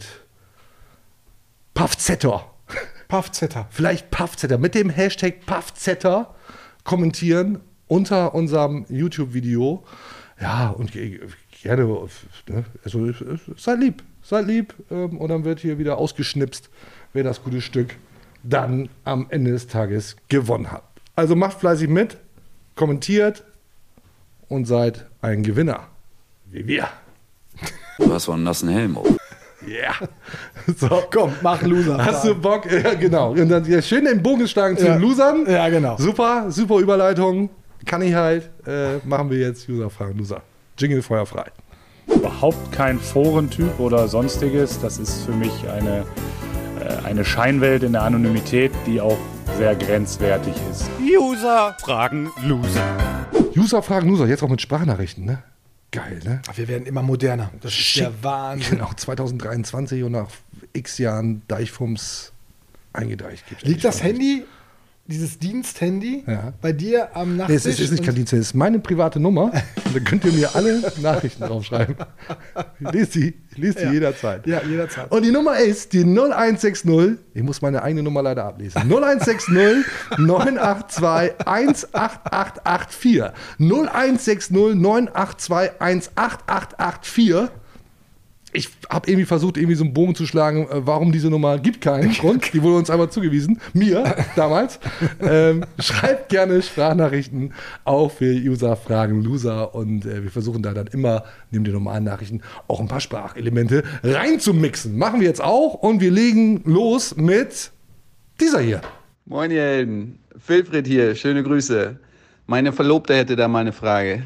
Puffzetter. Puffzetter. Vielleicht Puffzetter. Mit dem Hashtag Puffzetter kommentieren unter unserem YouTube-Video. Ja, und gerne, ne, also seid lieb, seid lieb. Ähm, und dann wird hier wieder ausgeschnipst, wer das gute Stück dann am Ende des Tages gewonnen hat. Also macht fleißig mit, kommentiert und seid ein Gewinner. Wie wir. Du hast so einen nassen Helm auf. Ja. So, komm, mach Loser. Hast du Bock? Ja, genau. Und dann ja, schön den Bogen schlagen zu ja. den Losern. Ja, genau. Super, super Überleitung. Kann ich halt. Äh, machen wir jetzt User-Fragen, Loser. Jingle feuerfrei. Überhaupt kein Forentyp oder sonstiges. Das ist für mich eine, äh, eine Scheinwelt in der Anonymität, die auch sehr grenzwertig ist. User-Fragen, Loser. User-Fragen, Loser. Jetzt auch mit Sprachnachrichten, ne? Geil, ne? Wir werden immer moderner. Das ist Schick. der Wahnsinn. Genau, zwanzig dreiundzwanzig und nach x Jahren Deichfums eingedeicht. Gibt's Liegt das Handy, dieses Diensthandy, ja. bei dir am Nee, Nachttisch? es ist, ist nicht kein Diensthandy, es ist meine private Nummer. Und da könnt ihr mir alle Nachrichten draufschreiben. Ich lese die, ich lese die Ja. jederzeit. Ja, jederzeit. Und die Nummer ist die null eins sechs null. Ich muss meine eigene Nummer leider ablesen. null eins sechs null neun acht zwei eins acht acht acht vier. null eins sechs null neun acht zwei eins acht acht acht vier. Ich habe irgendwie versucht, irgendwie so einen Bogen zu schlagen, äh, warum diese Nummer gibt keinen Grund. Die wurde uns einmal zugewiesen. Mir damals. ähm, schreibt gerne Sprachnachrichten auf für User-Fragen, Loser. Und äh, wir versuchen da dann immer, neben den normalen Nachrichten, auch ein paar Sprachelemente reinzumixen. Machen wir jetzt auch. Und wir legen los mit dieser hier. Moin, ihr Helden. Wilfried hier. Schöne Grüße. Meine Verlobte hätte da mal eine Frage.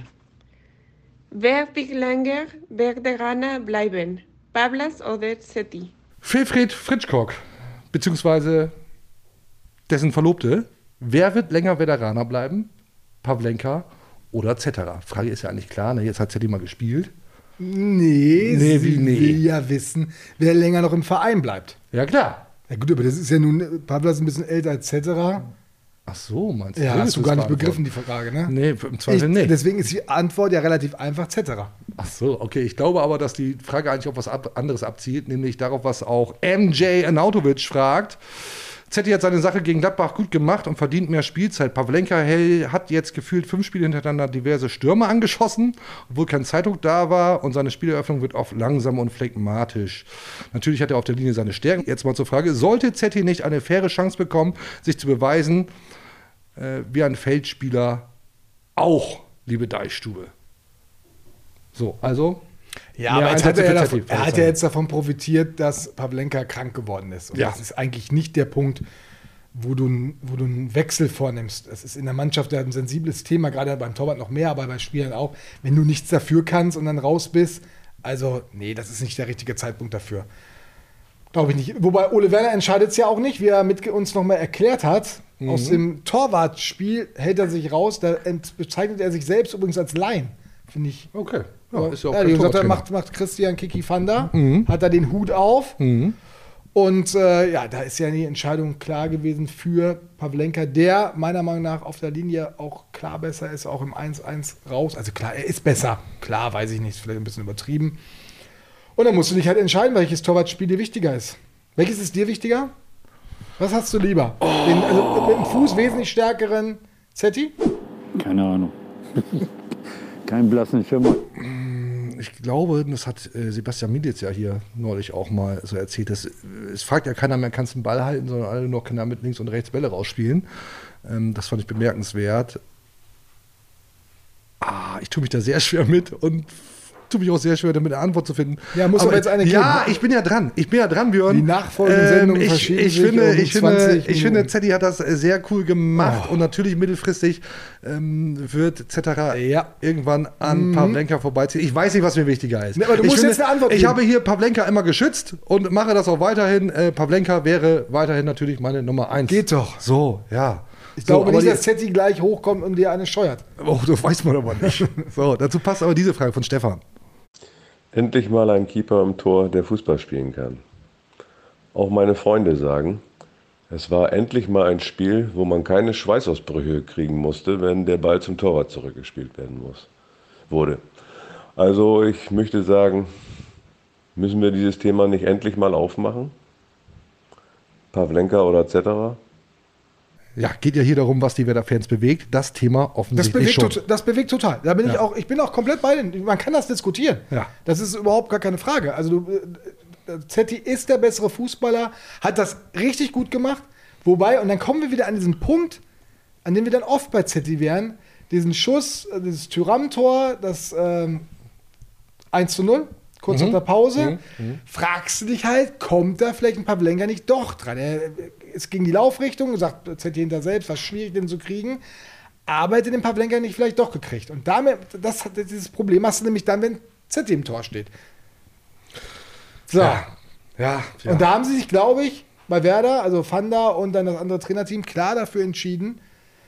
Wer wird länger Veteraner bleiben? Pavlas oder Seti? Wilfried Fritschkock, beziehungsweise dessen Verlobte. Wer wird länger Veteraner bleiben? Pavlenka oder Zetterer? Frage ist ja eigentlich klar, ne? Jetzt hat Zetti mal gespielt. Nee, Nee, sie wie nee? will ja wissen, wer länger noch im Verein bleibt. Ja, klar. Ja gut, aber das ist ja nun, Pavlas ist ein bisschen älter als Zetterer. Ach so, meinst du? Ja, hast du gar nicht Antwort? begriffen, die Frage, ne? Nee, im Zweifel ich, nicht. Deswegen ist die Antwort ja relativ einfach, et cetera. Ach so, okay. Ich glaube aber, dass die Frage eigentlich auf was ab, anderes abzielt, nämlich darauf, was auch M J Arnautovic fragt. Zetti hat seine Sache gegen Gladbach gut gemacht und verdient mehr Spielzeit. Pavlenka Hell hat jetzt gefühlt fünf Spiele hintereinander diverse Stürme angeschossen, obwohl kein Zeitdruck da war und seine Spieleröffnung wird oft langsam und phlegmatisch. Natürlich hat er auf der Linie seine Stärken. Jetzt mal zur Frage, sollte Zetti nicht eine faire Chance bekommen, sich zu beweisen, äh, wie ein Feldspieler auch, liebe Deichstube? So, also... Ja, aber jetzt hat er, ja davon, er hat ja jetzt davon profitiert, dass Pavlenka krank geworden ist. Und ja. Das ist eigentlich nicht der Punkt, wo du, wo du einen Wechsel vornimmst. Das ist in der Mannschaft ja ein sensibles Thema, gerade beim Torwart noch mehr, aber bei Spielern auch. Wenn du nichts dafür kannst und dann raus bist, also nee, das ist nicht der richtige Zeitpunkt dafür. Glaube ich nicht. Wobei Ole Werner entscheidet es ja auch nicht, wie er mit uns nochmal erklärt hat. Mhm. Aus dem Torwartspiel hält er sich raus, da bezeichnet er sich selbst übrigens als Laien. Finde ich. Okay. Ja, ist ja auch ja, die gesagt, macht, macht Christian Kiki Fanda, mhm. hat da den Hut auf. Mhm. Und äh, ja, da ist ja die Entscheidung klar gewesen für Pavlenka, der meiner Meinung nach auf der Linie auch klar besser ist, auch im eins eins raus. Also klar, er ist besser. Klar, weiß ich nicht, ist vielleicht ein bisschen übertrieben. Und dann musst du dich halt entscheiden, welches Torwartspiel dir wichtiger ist. Welches ist dir wichtiger? Was hast du lieber? Oh. Den, also mit dem Fuß wesentlich stärkeren Zetti? Keine Ahnung. Keinen blassen Schimmer. Ich glaube, das hat äh, Sebastian Milic ja hier neulich auch mal so erzählt. Dass, äh, es fragt ja keiner mehr, kannst du den Ball halten, sondern alle noch können mit links und rechts Bälle rausspielen. Ähm, das fand ich bemerkenswert. Ah, ich tue mich da sehr schwer mit und tue mich auch sehr schwer damit eine Antwort zu finden. Ja, muss aber jetzt eine geben. Ja, ich bin ja dran. Ich bin ja dran, Björn. Die nachfolgenden Sendungen ähm, ich, verschieben ich sich finde, um ich finde, ich finde, Minuten. Zetti hat das sehr cool gemacht Oh. und natürlich mittelfristig ähm, wird et cetera ja. irgendwann an mhm. Pavlenka vorbeiziehen. Ich weiß nicht, was mir wichtiger ist. Nee, aber du ich musst finde, jetzt eine Antwort Ich geben. habe hier Pavlenka immer geschützt und mache das auch weiterhin. Äh, Pavlenka wäre weiterhin natürlich meine Nummer eins. Geht doch. So, ja. Ich glaube so, nicht, die, dass Zetti gleich hochkommt und dir eine scheuert. Oh, das weiß man aber nicht. So, dazu passt aber diese Frage von Stefan. Endlich mal ein Keeper im Tor, der Fußball spielen kann. Auch meine Freunde sagen, es war endlich mal ein Spiel, wo man keine Schweißausbrüche kriegen musste, wenn der Ball zum Torwart zurückgespielt werden muss, wurde. Also ich möchte sagen, müssen wir dieses Thema nicht endlich mal aufmachen? Pavlenka oder et cetera? Ja, geht ja hier darum, was die Werder-Fans bewegt. Das Thema offensichtlich das bewegt, schon. Das bewegt total. Da bin ja. ich auch, ich bin auch komplett bei denen. Man kann das diskutieren. Ja. Das ist überhaupt gar keine Frage. Also du, äh, Zetti ist der bessere Fußballer, hat das richtig gut gemacht. Wobei, und dann kommen wir wieder an diesen Punkt, an dem wir dann oft bei Zetti wären, diesen Schuss, dieses Thuram-Tor, das ähm, eins zu null, kurz Mhm. nach der Pause, Mhm. Mhm. fragst du dich halt, kommt da vielleicht ein Pavlenka nicht doch dran? Er ist gegen die Laufrichtung, sagt Zetti hinter selbst, war schwierig, den zu kriegen, aber hätte den Pavlenka nicht vielleicht doch gekriegt. Und damit, das, dieses Problem hast du nämlich dann, wenn Zetti im Tor steht. So. Ja. Ja, ja. Und da haben sie sich, glaube ich, bei Werder, also Fanda und dann das andere Trainerteam, klar dafür entschieden,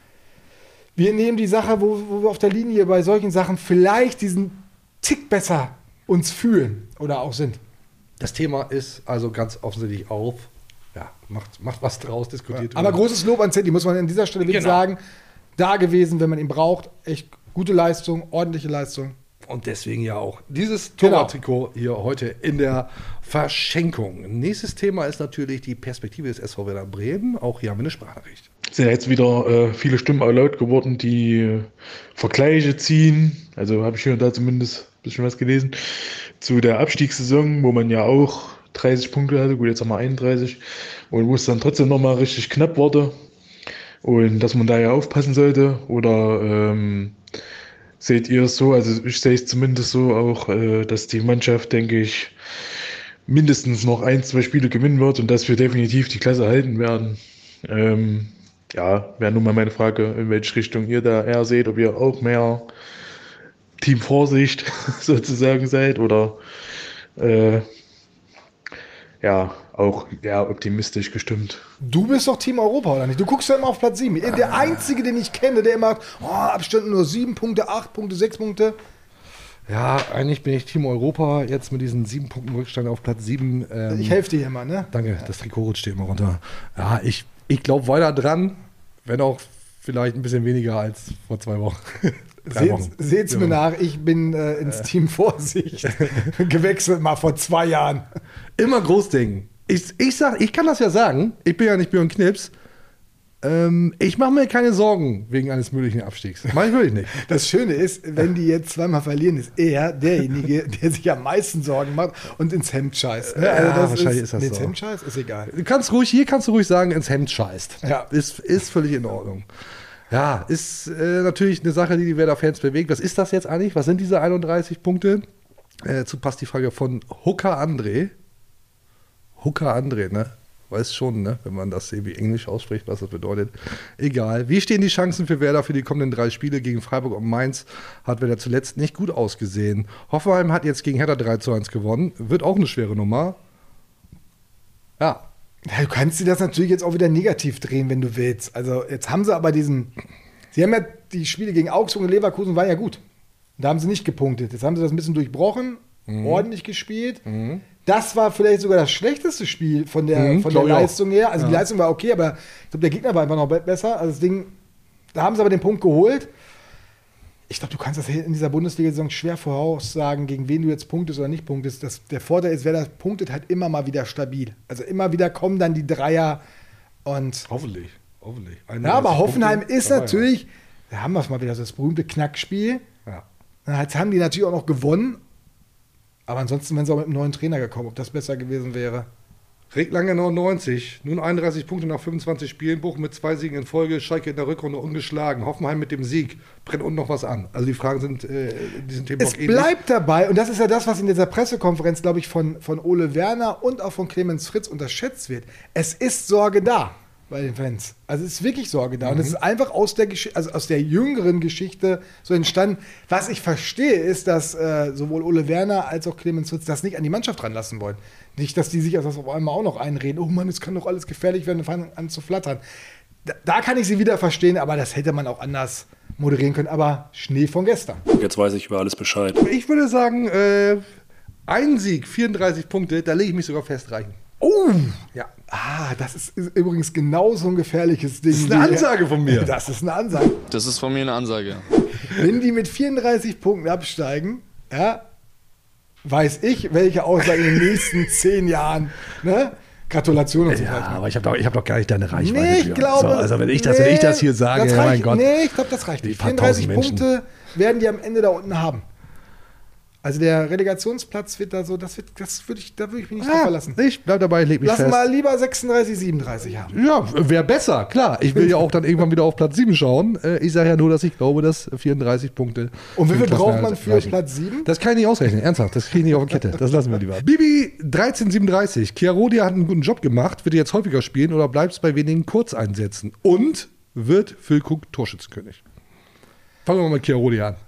wir nehmen die Sache, wo, wo wir auf der Linie bei solchen Sachen vielleicht diesen Tick besser uns fühlen oder auch sind. Das Thema ist also ganz offensichtlich auf. Ja, macht, macht was draus, diskutiert. Ja, aber großes Lob an Zetti, muss man an dieser Stelle wirklich Genau. sagen. Da gewesen, wenn man ihn braucht. Echt gute Leistung, ordentliche Leistung. Und deswegen ja auch dieses Genau. Torwarttrikot hier heute in der Verschenkung. Nächstes Thema ist natürlich die Perspektive des S V Werder Bremen. Auch hier haben wir eine Sprachnachricht. Es sind jetzt wieder äh, viele Stimmen auch laut geworden, die äh, Vergleiche ziehen. Also habe ich hier und da zumindest ein bisschen was gelesen. Zu der Abstiegssaison, wo man ja auch dreißig Punkte hatte, gut, jetzt haben wir einunddreißig, und wo es dann trotzdem nochmal richtig knapp wurde. Und dass man da ja aufpassen sollte. Oder ähm, seht ihr es so, also ich sehe es zumindest so auch, äh, dass die Mannschaft, denke ich, mindestens noch ein, zwei Spiele gewinnen wird und dass wir definitiv die Klasse halten werden. Ähm, ja, wäre nun mal meine Frage, in welche Richtung ihr da eher seht, ob ihr auch mehr Team Vorsicht sozusagen seid oder äh, ja, auch ja, optimistisch gestimmt. Du bist doch Team Europa, oder nicht? Du guckst ja immer auf Platz sieben. Der Einzige, den ich kenne, der immer sagt, oh, Abstand nur sieben Punkte, acht Punkte, sechs Punkte. Ja, eigentlich bin ich Team Europa, jetzt mit diesen sieben Punkten Rückstand auf Platz sieben. Ähm, Ich helfe dir immer, ne? Danke, das Trikot rutscht dir immer runter. Ja, ich, ich glaube weiter dran. Wenn auch vielleicht ein bisschen weniger als vor zwei Wochen. Drei Wochen. Seht es mir nach, ich bin äh, ins äh. Team Vorsicht gewechselt, mal vor zwei Jahren. Immer Großding. Ich, ich sag, ich kann das ja sagen, ich bin ja nicht Björn Knips. Ähm, ich mache mir keine Sorgen wegen eines möglichen Abstiegs. Mach ich wirklich nicht. Das Schöne ist, wenn die jetzt zweimal verlieren, ist er derjenige, der sich am meisten Sorgen macht und ins Hemd scheißt. Ne? Also ja, das wahrscheinlich ist, ist das ins so. Hemd scheißt, ist egal. Du kannst ruhig, hier kannst du ruhig sagen, ins Hemd scheißt. Ja. Ist, ist völlig in Ordnung. Ja, ist äh, natürlich eine Sache, die die Werder Fans bewegt. Was ist das jetzt eigentlich? Was sind diese einunddreißig Punkte? Äh, dazu passt die Frage von Hooker André. Hooker André, ne? Weiß schon, ne? Wenn man das irgendwie Englisch ausspricht, was das bedeutet. Egal. Wie stehen die Chancen für Werder für die kommenden drei Spiele gegen Freiburg und Mainz? Hat Werder zuletzt nicht gut ausgesehen. Hoffenheim hat jetzt gegen Hertha drei zu eins gewonnen. Wird auch eine schwere Nummer. Ja. Ja, du kannst dir das natürlich jetzt auch wieder negativ drehen, wenn du willst. Also jetzt haben sie aber diesen, sie haben ja die Spiele gegen Augsburg und Leverkusen waren ja gut. Da haben sie nicht gepunktet. Jetzt haben sie das ein bisschen durchbrochen, mhm. ordentlich gespielt. Mhm. Das war vielleicht sogar das schlechteste Spiel von der, mhm, von der Leistung her. Also ja. Die Leistung war okay, aber ich glaube, der Gegner war einfach noch besser. Also das Ding, da haben sie aber den Punkt geholt. Ich glaube, du kannst das in dieser Bundesliga-Saison schwer voraussagen, gegen wen du jetzt punktest oder nicht punktest. Das, der Vorteil ist, wer das punktet, halt immer mal wieder stabil. Also immer wieder kommen dann die Dreier und. Hoffentlich, hoffentlich. Ja, aber Hoffenheim Punkte ist natürlich, da haben wir es mal wieder, so das berühmte Knackspiel. Ja. Jetzt haben die natürlich auch noch gewonnen. Aber ansonsten wären sie auch mit einem neuen Trainer gekommen, ob das besser gewesen wäre. Rick Lange neunundneunzig, nun einunddreißig Punkte nach fünfundzwanzig Spielen, Bochum mit zwei Siegen in Folge, Schalke in der Rückrunde ungeschlagen, Hoffenheim mit dem Sieg, brennt unten noch was an. Also die Fragen sind äh, in diesem Thema Es bleibt dabei, und das ist ja das, was in dieser Pressekonferenz, glaube ich, von, von Ole Werner und auch von Clemens Fritz unterschätzt wird. Es ist Sorge da bei den Fans. Also es ist wirklich Sorge da. Mhm. Und es ist einfach aus der, Gesch- also aus der jüngeren Geschichte so entstanden. Was ich verstehe, ist, dass äh, sowohl Ole Werner als auch Clemens Fritz das nicht an die Mannschaft ranlassen wollen. Nicht, dass die sich das auf einmal auch noch einreden. Oh Mann, es kann doch alles gefährlich werden und fangen an zu flattern. Da, da kann ich sie wieder verstehen, aber das hätte man auch anders moderieren können. Aber Schnee von gestern. Jetzt weiß ich über alles Bescheid. Ich würde sagen, äh, ein Sieg, vierunddreißig Punkte, da lege ich mich sogar fest rein. Oh! Ja. Ah, das ist, ist übrigens genau so ein gefährliches Ding. Das ist eine Ansage von mir. Das ist eine Ansage. Das ist von mir eine Ansage. Wenn die mit vierunddreißig Punkten absteigen, ja, weiß ich, welche Aussage in den nächsten zehn Jahren, ne? Gratulation und so weiter. Ja, aber ich habe doch, hab doch gar nicht deine Reichweite. Nee, ich glaube, so, also wenn ich, das, nee, wenn ich das hier sage, das ja, reicht, mein Gott. Nee, ich glaube, das reicht nicht. vierunddreißig Punkte werden die am Ende da unten haben. Also der Relegationsplatz wird da so, das wird, das würde ich, da würde ich mich nicht ja, drauf verlassen. Ich bleib dabei, leg mich Lass fest. mal lieber sechsunddreißig, siebenunddreißig haben. Ja, wäre besser, klar. Ich will ja auch dann irgendwann wieder auf Platz sieben schauen. Ich sage ja nur, dass ich glaube, dass vierunddreißig Punkte. Und wie viel braucht man für reichen. Platz sieben? Das kann ich nicht ausrechnen, ernsthaft. Das kriege ich nicht auf die Kette. Das lassen wir lieber. Bibi dreizehn siebenunddreißig. Chiarodia hat einen guten Job gemacht. Wird er jetzt häufiger spielen oder bleibt es bei wenigen Kurzeinsätzen? Und wird Füllkrug Torschützenkönig? Fangen wir mal mit Chiarodia an.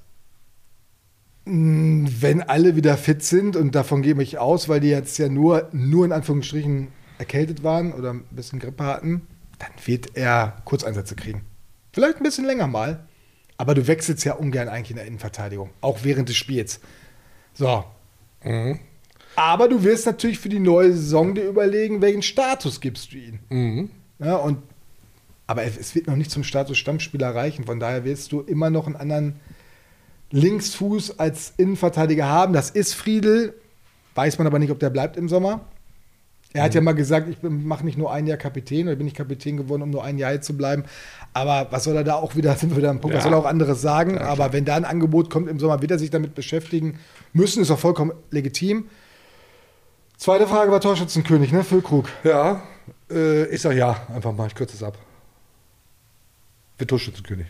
Wenn alle wieder fit sind, und davon gehe ich aus, weil die jetzt ja nur, nur in Anführungsstrichen erkältet waren oder ein bisschen Grippe hatten, dann wird er Kurzeinsätze kriegen. Vielleicht ein bisschen länger mal, aber du wechselst ja ungern eigentlich in der Innenverteidigung, auch während des Spiels. So. Mhm. Aber du wirst natürlich für die neue Saison dir überlegen, welchen Status gibst du ihm. Mhm. Ja, und, aber es wird noch nicht zum Status Stammspieler reichen, von daher wirst du immer noch einen anderen Linksfuß als Innenverteidiger haben. Das ist Friedl. Weiß man aber nicht, ob der bleibt im Sommer. Er mhm. hat ja mal gesagt, ich mache nicht nur ein Jahr Kapitän, oder bin ich Kapitän geworden, um nur ein Jahr hier zu bleiben. Aber was soll er da auch wieder, sind wir wieder am Punkt, ja. was soll er auch anderes sagen? Ja, aber wenn da ein Angebot kommt im Sommer, wird er sich damit beschäftigen müssen, ist auch vollkommen legitim. Zweite Frage war Torschützenkönig, ne? Füllkrug. Ja, äh, ich sag ja, einfach mal, ich kürze es ab. Wird Torschützenkönig.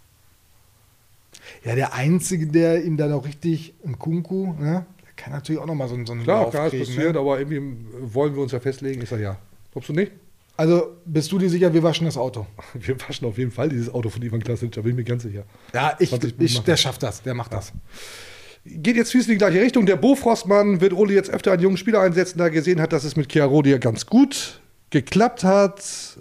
Ja, der Einzige, der ihm dann auch richtig, ein Kunku, ne, der kann natürlich auch nochmal so, so einen Klar, Lauf klar, kriegen. ist passiert, ne? aber irgendwie wollen wir uns ja festlegen. Ich sag ja. Glaubst du nicht? Also, bist du dir sicher, wir waschen das Auto? Wir waschen auf jeden Fall dieses Auto von Ivan Klasic, da bin ich mir ganz sicher. Ja, ich, ich, der schafft das, der macht das. Geht jetzt fließend in die gleiche Richtung. Der Bofrostmann wird Ole jetzt öfter einen jungen Spieler einsetzen, da er gesehen hat, dass es mit Chiarodia ganz gut geklappt hat.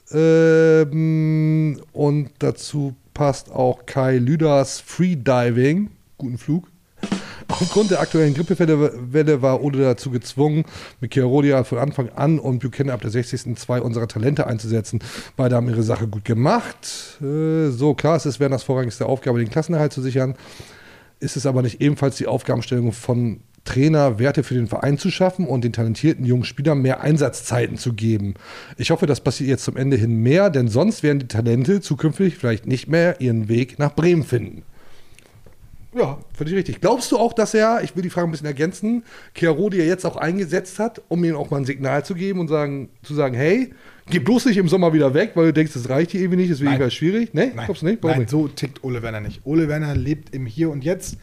Ähm, und dazu passt auch Kai Lüders Freediving, guten Flug, Aufgrund der aktuellen Grippewelle war Ole dazu gezwungen, mit Chiarodia von Anfang an und Buchanan ab der sechzigsten zwei unserer Talente einzusetzen. Beide haben ihre Sache gut gemacht. Äh, so, klar, es ist Werners vorrangigste Aufgabe, den Klassenerhalt zu sichern. Ist es aber nicht ebenfalls die Aufgabenstellung von Trainer, Werte für den Verein zu schaffen und den talentierten jungen Spielern mehr Einsatzzeiten zu geben? Ich hoffe, das passiert jetzt zum Ende hin mehr, denn sonst werden die Talente zukünftig vielleicht nicht mehr ihren Weg nach Bremen finden. Ja, völlig richtig. Glaubst du auch, dass er, ich will die Frage ein bisschen ergänzen, Chiarodia jetzt auch eingesetzt hat, um ihm auch mal ein Signal zu geben und sagen, zu sagen, hey, geh bloß nicht im Sommer wieder weg, weil du denkst, das reicht hier irgendwie nicht, das ist weniger schwierig? Nee, Nein, glaubst du nicht? Nein nicht? so tickt Ole Werner nicht. Ole Werner lebt im Hier und Jetzt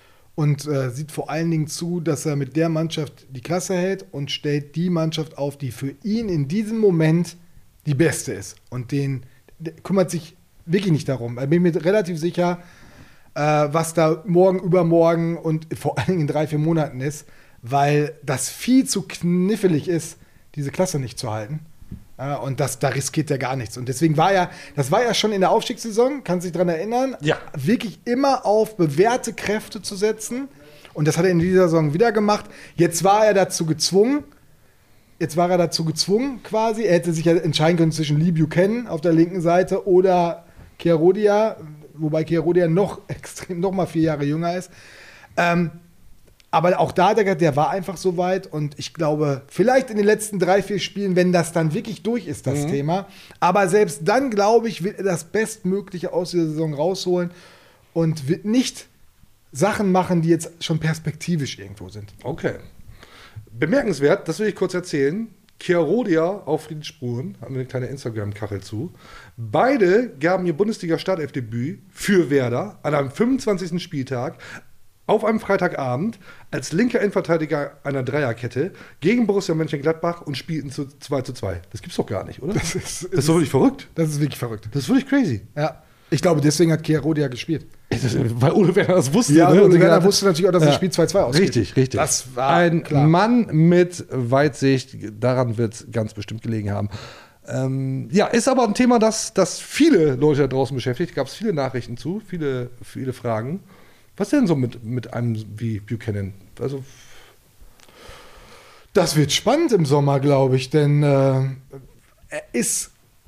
und äh, sieht vor allen Dingen zu, dass er mit der Mannschaft die Klasse hält und stellt die Mannschaft auf, die für ihn in diesem Moment die beste ist. Und den der kümmert sich wirklich nicht darum. Da bin ich mir relativ sicher, Äh, was da morgen, übermorgen und vor allen Dingen in drei, vier Monaten ist, weil das viel zu knifflig ist, diese Klasse nicht zu halten. Äh, und das, da riskiert er gar nichts. Und deswegen war er, das war ja schon in der Aufstiegssaison, kannst du dich daran erinnern, ja. wirklich immer auf bewährte Kräfte zu setzen. Und das hat er in dieser Saison wieder gemacht. Jetzt war er dazu gezwungen, Jetzt war er dazu gezwungen quasi. Er hätte sich ja entscheiden können zwischen Lee Buchanan auf der linken Seite oder Chiarodia, wobei Chiarodia noch extrem, noch mal vier Jahre jünger ist. Ähm, aber auch da, der, der war einfach so weit und ich glaube, vielleicht in den letzten drei, vier Spielen, wenn das dann wirklich durch ist, das Mhm. Thema. Aber selbst dann, glaube ich, wird er das Bestmögliche aus dieser Saison rausholen und wird nicht Sachen machen, die jetzt schon perspektivisch irgendwo sind. Okay. Bemerkenswert, das will ich kurz erzählen. Chiarodia auf Friedensspuren, haben wir eine kleine Instagram-Kachel zu. Beide gaben ihr Bundesliga-Startelfdebüt für Werder an einem fünfundzwanzigsten Spieltag auf einem Freitagabend als linker Innenverteidiger einer Dreierkette gegen Borussia Mönchengladbach und spielten zu zwei zu zwei. Das gibt's doch gar nicht, oder? Das ist, das ist doch wirklich verrückt. Das ist wirklich verrückt. Das ist wirklich crazy. Ja. Ich glaube, deswegen hat Chiarodia gespielt. Das, weil Ole Werner das wusste. Ja, ne? Ole Werner hat, wusste natürlich auch, dass ja. das Spiel zwei zwei ausgeht. Richtig, richtig. Das war ein klar. Mann mit Weitsicht, daran wird es ganz bestimmt gelegen haben. Ähm, ja, ist aber ein Thema, das, das viele Leute da draußen beschäftigt. Gab es viele Nachrichten zu, viele, viele Fragen. Was denn so mit, mit einem wie Buchanan? Also, das wird spannend im Sommer, glaube ich, denn äh, er ist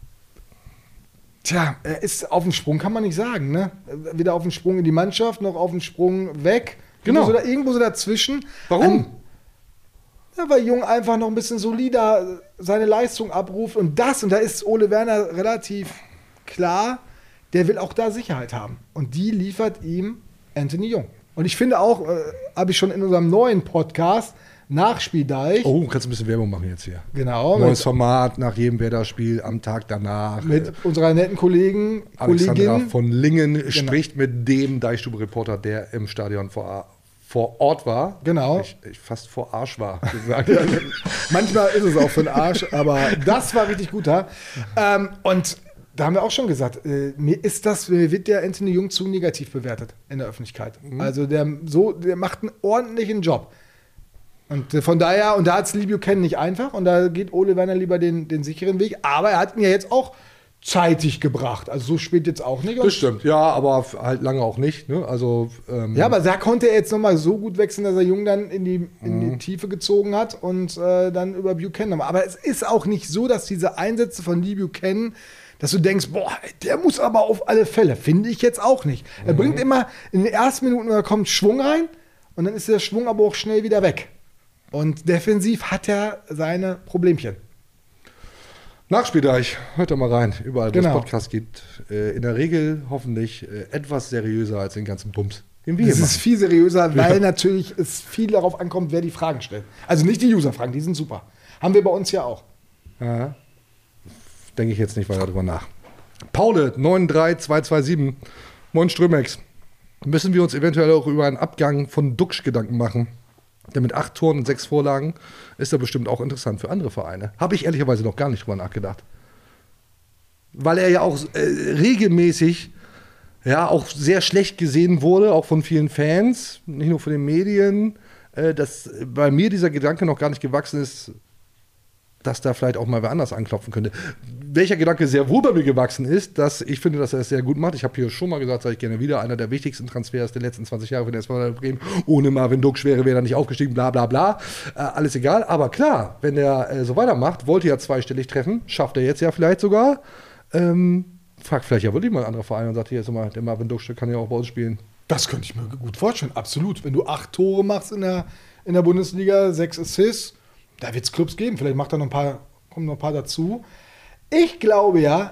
Tja, er ist auf dem Sprung, kann man nicht sagen, ne? Weder auf dem Sprung in die Mannschaft, noch auf dem Sprung weg. Genau. Irgendwo so, da, irgendwo so dazwischen. Warum? An, ja, weil Jung einfach noch ein bisschen solider seine Leistung abruft. Und das, und da ist Ole Werner relativ klar, der will auch da Sicherheit haben. Und die liefert ihm Anthony Jung. Und ich finde auch, äh, habe ich schon in unserem neuen Podcast, Nachspieldeich. Oh, kannst du ein bisschen Werbung machen jetzt hier. Genau. Neues Format nach jedem Werder-Spiel am Tag danach. Mit unserer netten Kollegen, Alexandra Kollegin von Lingen genau. spricht mit dem Deichstube-Reporter, der im Stadion vor, vor Ort war. Genau. Ich, ich fast vor Arsch war, gesagt. Manchmal ist es auch für den Arsch, aber das war richtig gut da. Ähm, und da haben wir auch schon gesagt, äh, mir ist das, mir wird der Anthony Jung zu negativ bewertet in der Öffentlichkeit. Mhm. Also der, so, der macht einen ordentlichen Job. Und von daher, und da hat es Lee Buchanan nicht einfach und da geht Ole Werner lieber den, den sicheren Weg. Aber er hat ihn ja jetzt auch zeitig gebracht. Also so spät jetzt auch nicht. Das stimmt, ja, aber halt lange auch nicht. Ne? Also, ähm ja, aber da konnte er jetzt nochmal so gut wechseln, dass er Jung dann in die, in die mhm. Tiefe gezogen hat und äh, dann über Buchanan. Aber es ist auch nicht so, dass diese Einsätze von Lee Buchanan, dass du denkst, boah, der muss aber auf alle Fälle. Finde ich jetzt auch nicht. Er Mhm. bringt immer in den ersten Minuten, da kommt Schwung rein und dann ist der Schwung aber auch schnell wieder weg. Und defensiv hat er seine Problemchen. Nachspieldeich, hört doch mal rein. Überall, wo es Genau. Podcasts gibt. Äh, in der Regel hoffentlich äh, etwas seriöser als den ganzen Bums, den wir Das hier ist machen. viel seriöser, weil Ja. natürlich es viel darauf ankommt, wer die Fragen stellt. Also nicht die User-Fragen, die sind super. Haben wir bei uns ja auch. Ja. Denke ich jetzt nicht weiter drüber nach. Paule, neun drei zwei zwei sieben. Moin Strömex. Müssen wir uns eventuell auch über einen Abgang von Duxch Gedanken machen? Der mit acht Toren und sechs Vorlagen ist ja bestimmt auch interessant für andere Vereine. Habe ich ehrlicherweise noch gar nicht drüber nachgedacht. Weil er ja auch äh, regelmäßig ja auch sehr schlecht gesehen wurde, auch von vielen Fans, nicht nur von den Medien, äh, dass bei mir dieser Gedanke noch gar nicht gewachsen ist, dass da vielleicht auch mal wer anders anklopfen könnte. Welcher Gedanke sehr wohl bei mir gewachsen ist, dass ich finde, dass er es sehr gut macht. Ich habe hier schon mal gesagt, sage ich gerne wieder, einer der wichtigsten Transfers der letzten zwanzig Jahre für den S V Bremen. Ohne Marvin Duksch wäre wäre er nicht aufgestiegen, bla bla bla. Äh, alles egal. Aber klar, wenn er äh, so weitermacht, wollte ja zweistellig treffen, schafft er jetzt ja vielleicht sogar. Ähm, fragt vielleicht ja wirklich mal ein anderer Verein und sagt, hier ist mal, der Marvin Duksch kann ja auch bei uns spielen. Das könnte ich mir gut vorstellen, absolut. Wenn du acht Tore machst in der, in der Bundesliga, sechs Assists, da wird es Clubs geben. Vielleicht macht er noch ein paar, kommen noch ein paar dazu. Ich glaube ja,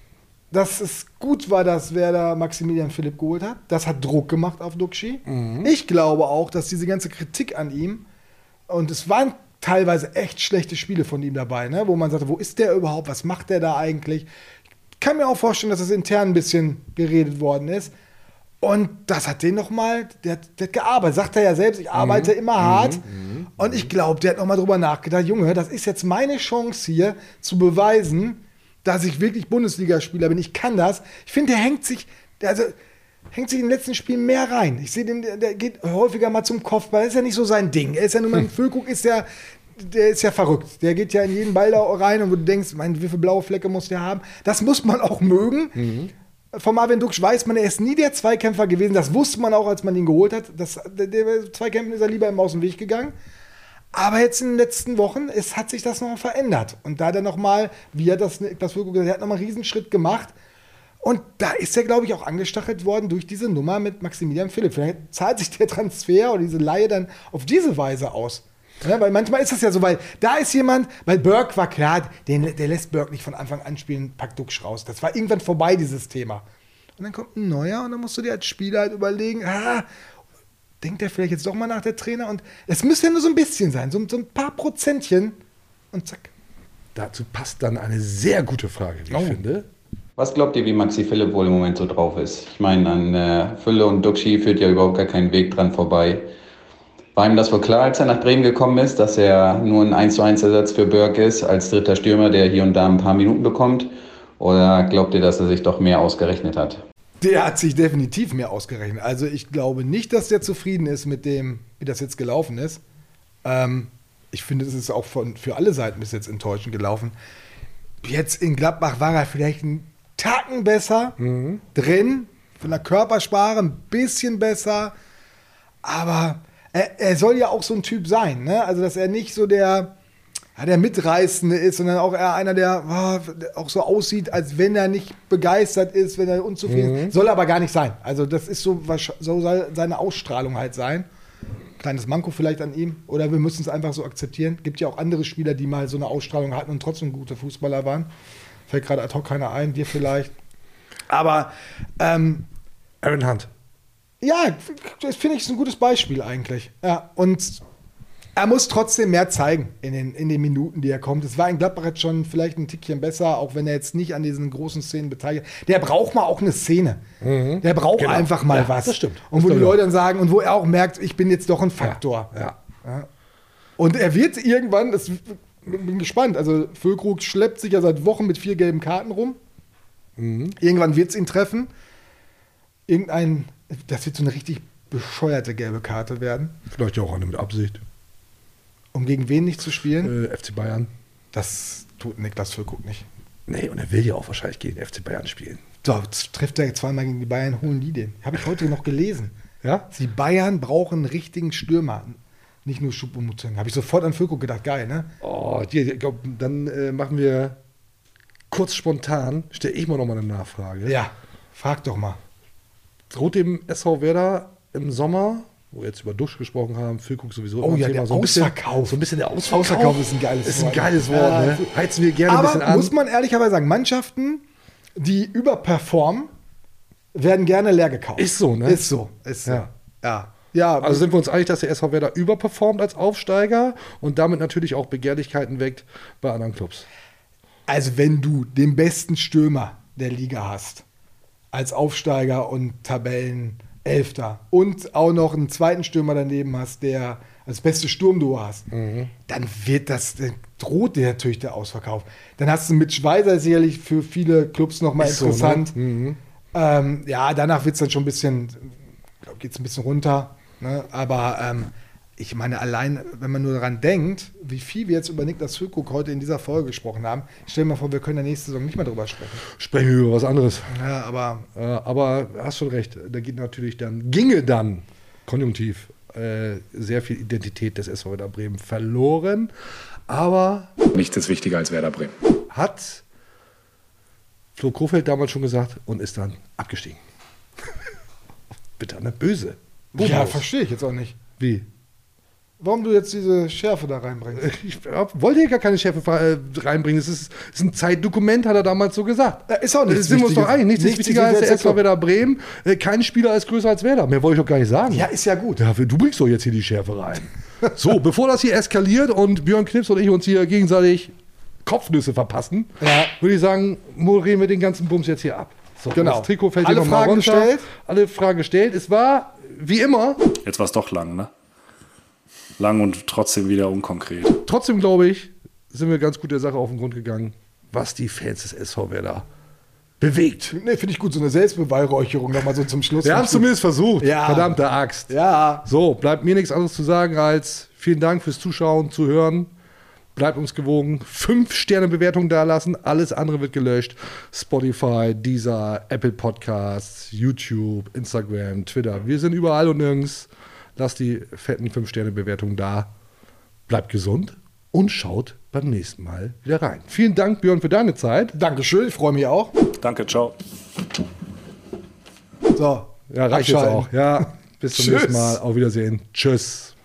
dass es gut war, dass Werder Maximilian Philipp geholt hat. Das hat Druck gemacht auf Duxchi. Mhm. Ich glaube auch, dass diese ganze Kritik an ihm, und es waren teilweise echt schlechte Spiele von ihm dabei, ne? Wo man sagte, wo ist der überhaupt, was macht der da eigentlich? Ich kann mir auch vorstellen, dass es intern ein bisschen geredet worden ist. Und das hat den nochmal, der, der hat gearbeitet, sagt er ja selbst, ich arbeite mhm. immer hart. Mhm. Und ich glaube, der hat nochmal drüber nachgedacht, Junge, das ist jetzt meine Chance hier zu beweisen, dass ich wirklich Bundesligaspieler bin. Ich kann das. Ich finde, der hängt sich, der, also, hängt sich in den letzten Spielen mehr rein. Ich sehe den, der, der geht häufiger mal zum Kopfball. Das ist ja nicht so sein Ding. Er ist ja nur mal, hm. Füllkrug ist ja, der ist ja verrückt. Der geht ja in jeden Ball da rein und wo du denkst, mein, wie viele blaue Flecke muss der haben? Das muss man auch mögen. Mhm. Von Marvin Duksch weiß man, er ist nie der Zweikämpfer gewesen. Das wusste man auch, als man ihn geholt hat. Das, der, der Zweikämpfen ist er lieber im aus dem Weg gegangen. Aber jetzt in den letzten Wochen es hat sich das noch verändert. Und da hat er nochmal, wie hat das Niklas Füllkrug gesagt, er hat nochmal einen Riesenschritt gemacht. Und da ist er, glaube ich, auch angestachelt worden durch diese Nummer mit Maximilian Philipp. Vielleicht zahlt sich der Transfer oder diese Leihe dann auf diese Weise aus. Ja, weil manchmal ist das ja so, weil da ist jemand, weil Burke war klar, den, der lässt Burke nicht von Anfang an spielen, packt Duksch raus. Das war irgendwann vorbei, dieses Thema. Und dann kommt ein neuer und dann musst du dir als Spieler halt überlegen, ah, denkt er vielleicht jetzt doch mal nach, der Trainer? Und es müsste ja nur so ein bisschen sein, so, so ein paar Prozentchen und zack. Dazu passt dann eine sehr gute Frage, wie oh. ich finde. Was glaubt ihr, wie Maxi Philipp wohl im Moment so drauf ist? Ich meine, an äh, Fülle und Duxchi führt ja überhaupt gar kein Weg dran vorbei. War ihm das wohl klar, als er nach Bremen gekommen ist, dass er nur ein eins zu eins Ersatz für Burke ist, als dritter Stürmer, der hier und da ein paar Minuten bekommt? Oder glaubt ihr, dass er sich doch mehr ausgerechnet hat? Der hat sich definitiv mehr ausgerechnet. Also ich glaube nicht, dass der zufrieden ist mit dem, wie das jetzt gelaufen ist. Ähm, ich finde, es ist auch von, für alle Seiten bis jetzt enttäuschend gelaufen. Jetzt in Gladbach war er vielleicht einen Tacken besser mhm. drin, von der Körpersprache ein bisschen besser. Aber er, er soll ja auch so ein Typ sein, ne? Also dass er nicht so der... Ja, der Mitreißende ist, sondern auch eher einer, der, oh, der auch so aussieht, als wenn er nicht begeistert ist, wenn er unzufrieden ist. Mhm. Soll aber gar nicht sein. Also das ist so, so soll seine Ausstrahlung halt sein. Kleines Manko vielleicht an ihm. Oder wir müssen es einfach so akzeptieren. Gibt ja auch andere Spieler, die mal so eine Ausstrahlung hatten und trotzdem gute Fußballer waren. Fällt gerade ad hoc keiner ein, dir vielleicht. Aber ähm, Aaron Hunt. Ja, das finde ich ist ein gutes Beispiel eigentlich. Ja, und er muss trotzdem mehr zeigen in den, in den Minuten, die er kommt. Es war in Gladbach jetzt schon vielleicht ein Tickchen besser, auch wenn er jetzt nicht an diesen großen Szenen beteiligt ist. Der braucht mal auch eine Szene. Mhm. Der braucht genau. einfach mal ja, was. Das stimmt. Und das wo die Leute dann sagen, und wo er auch merkt, ich bin jetzt doch ein Faktor. Ja. Ja. Ja. Und er wird irgendwann, das, bin gespannt, also Füllkrug schleppt sich ja seit Wochen mit vier gelben Karten rum. Mhm. Irgendwann wird es ihn treffen. Irgendein, das wird so eine richtig bescheuerte gelbe Karte werden. Vielleicht ja auch eine mit Absicht. Um gegen wen nicht zu spielen? Äh, F C Bayern. Das tut Niklas Füllkrug nicht. Nee, und er will ja auch wahrscheinlich gegen F C Bayern spielen. So, jetzt trifft er zweimal gegen die Bayern, holen die den. Habe ich heute noch gelesen. Ja? Die Bayern brauchen einen richtigen Stürmer. Nicht nur Choupo-Moting. Habe ich sofort an Füllkrug gedacht. Geil, ne? Oh, die, ich glaub, dann äh, machen wir kurz spontan, stelle ich mal noch mal eine Nachfrage. Ja, frag doch mal. Droht dem S V Werder im Sommer, wo wir jetzt über Dusch gesprochen haben, Füllkrug sowieso. Oh ja, Thema, der so ein bisschen, Ausverkauf. So ein bisschen der Ausverkauf. Ausverkauf ist ein geiles ist ein Wort. geiles Wort, ja, ne? Heizen wir gerne aber ein bisschen an. Muss man ehrlicherweise sagen, Mannschaften, die überperformen, werden gerne leer gekauft. Ist so, ne? Ist so. Ist so. Ja. Ja. Ja, also sind wir uns einig, dass der S V Werder überperformt als Aufsteiger und damit natürlich auch Begehrlichkeiten weckt bei anderen Clubs. Also wenn du den besten Stürmer der Liga hast, als Aufsteiger und Tabellenelfter und auch noch einen zweiten Stürmer daneben hast, der als beste Sturmduo hast, mhm. dann wird das, dann droht dir natürlich der Ausverkauf. Dann hast du mit Schweizer sicherlich für viele Clubs nochmal interessant. So, ne? mhm. ähm, ja, danach wird es dann schon ein bisschen, geht es ein bisschen runter. Ne? Aber ähm, ich meine, allein, wenn man nur daran denkt, wie viel wir jetzt über Niklas Füllkrug heute in dieser Folge gesprochen haben, stell dir mal vor, wir können in der nächsten Saison nicht mehr drüber sprechen. Sprechen wir über was anderes. Ja, aber... Äh, aber hast schon recht, da geht natürlich dann, ginge dann, konjunktiv, äh, sehr viel Identität des S V Werder Bremen verloren. Aber... Nichts ist wichtiger als Werder Bremen. Hat Flo Kofeld damals schon gesagt und ist dann abgestiegen. Bitte, ne? Böse. Boom ja, verstehe ich jetzt auch nicht. Wie? Warum du jetzt diese Schärfe da reinbringst? Ich wollte hier gar keine Schärfe äh, reinbringen. Es ist, ist ein Zeitdokument, hat er damals so gesagt. Ja, ist auch nichts. Sind wir uns doch einig. Nichts, nichts ist wichtiger als der S V Werder Bremen. Äh, kein Spieler ist größer als Werder. Mehr wollte ich doch gar nicht sagen. Ja, ist ja gut. Ja, du bringst doch jetzt hier die Schärfe rein. So, bevor das hier eskaliert und Björn Knips und ich uns hier gegenseitig Kopfnüsse verpassen, ja. würde ich sagen, moderieren wir den ganzen Bums jetzt hier ab. So, genau. Das Trikot fällt Alle hier nochmal Fragen runter. gestellt. Alle Fragen gestellt. Es war, wie immer... Jetzt war es doch lang, ne? Lang und trotzdem wieder unkonkret. Trotzdem, glaube ich, sind wir ganz gut der Sache auf den Grund gegangen, was die Fans des S V Werder bewegt. Nee, finde ich gut, so eine Selbstbeweihräucherung nochmal so zum Schluss. Wir haben es zumindest versucht. Ja. Verdammte Axt. Ja. So, bleibt mir nichts anderes zu sagen als vielen Dank fürs Zuschauen, Zuhören. Bleibt uns gewogen. Fünf Sterne Bewertung dalassen. Alles andere wird gelöscht. Spotify, Deezer, Apple Podcasts, YouTube, Instagram, Twitter. Wir sind überall und nirgends. Lasst die fetten fünf Sterne Bewertungen da. Bleibt gesund und schaut beim nächsten Mal wieder rein. Vielen Dank, Björn, für deine Zeit. Dankeschön, ich freue mich auch. Danke, ciao. So. Ja, reicht jetzt auch. Ja, bis zum Tschüss. nächsten Mal. Auf Wiedersehen. Tschüss.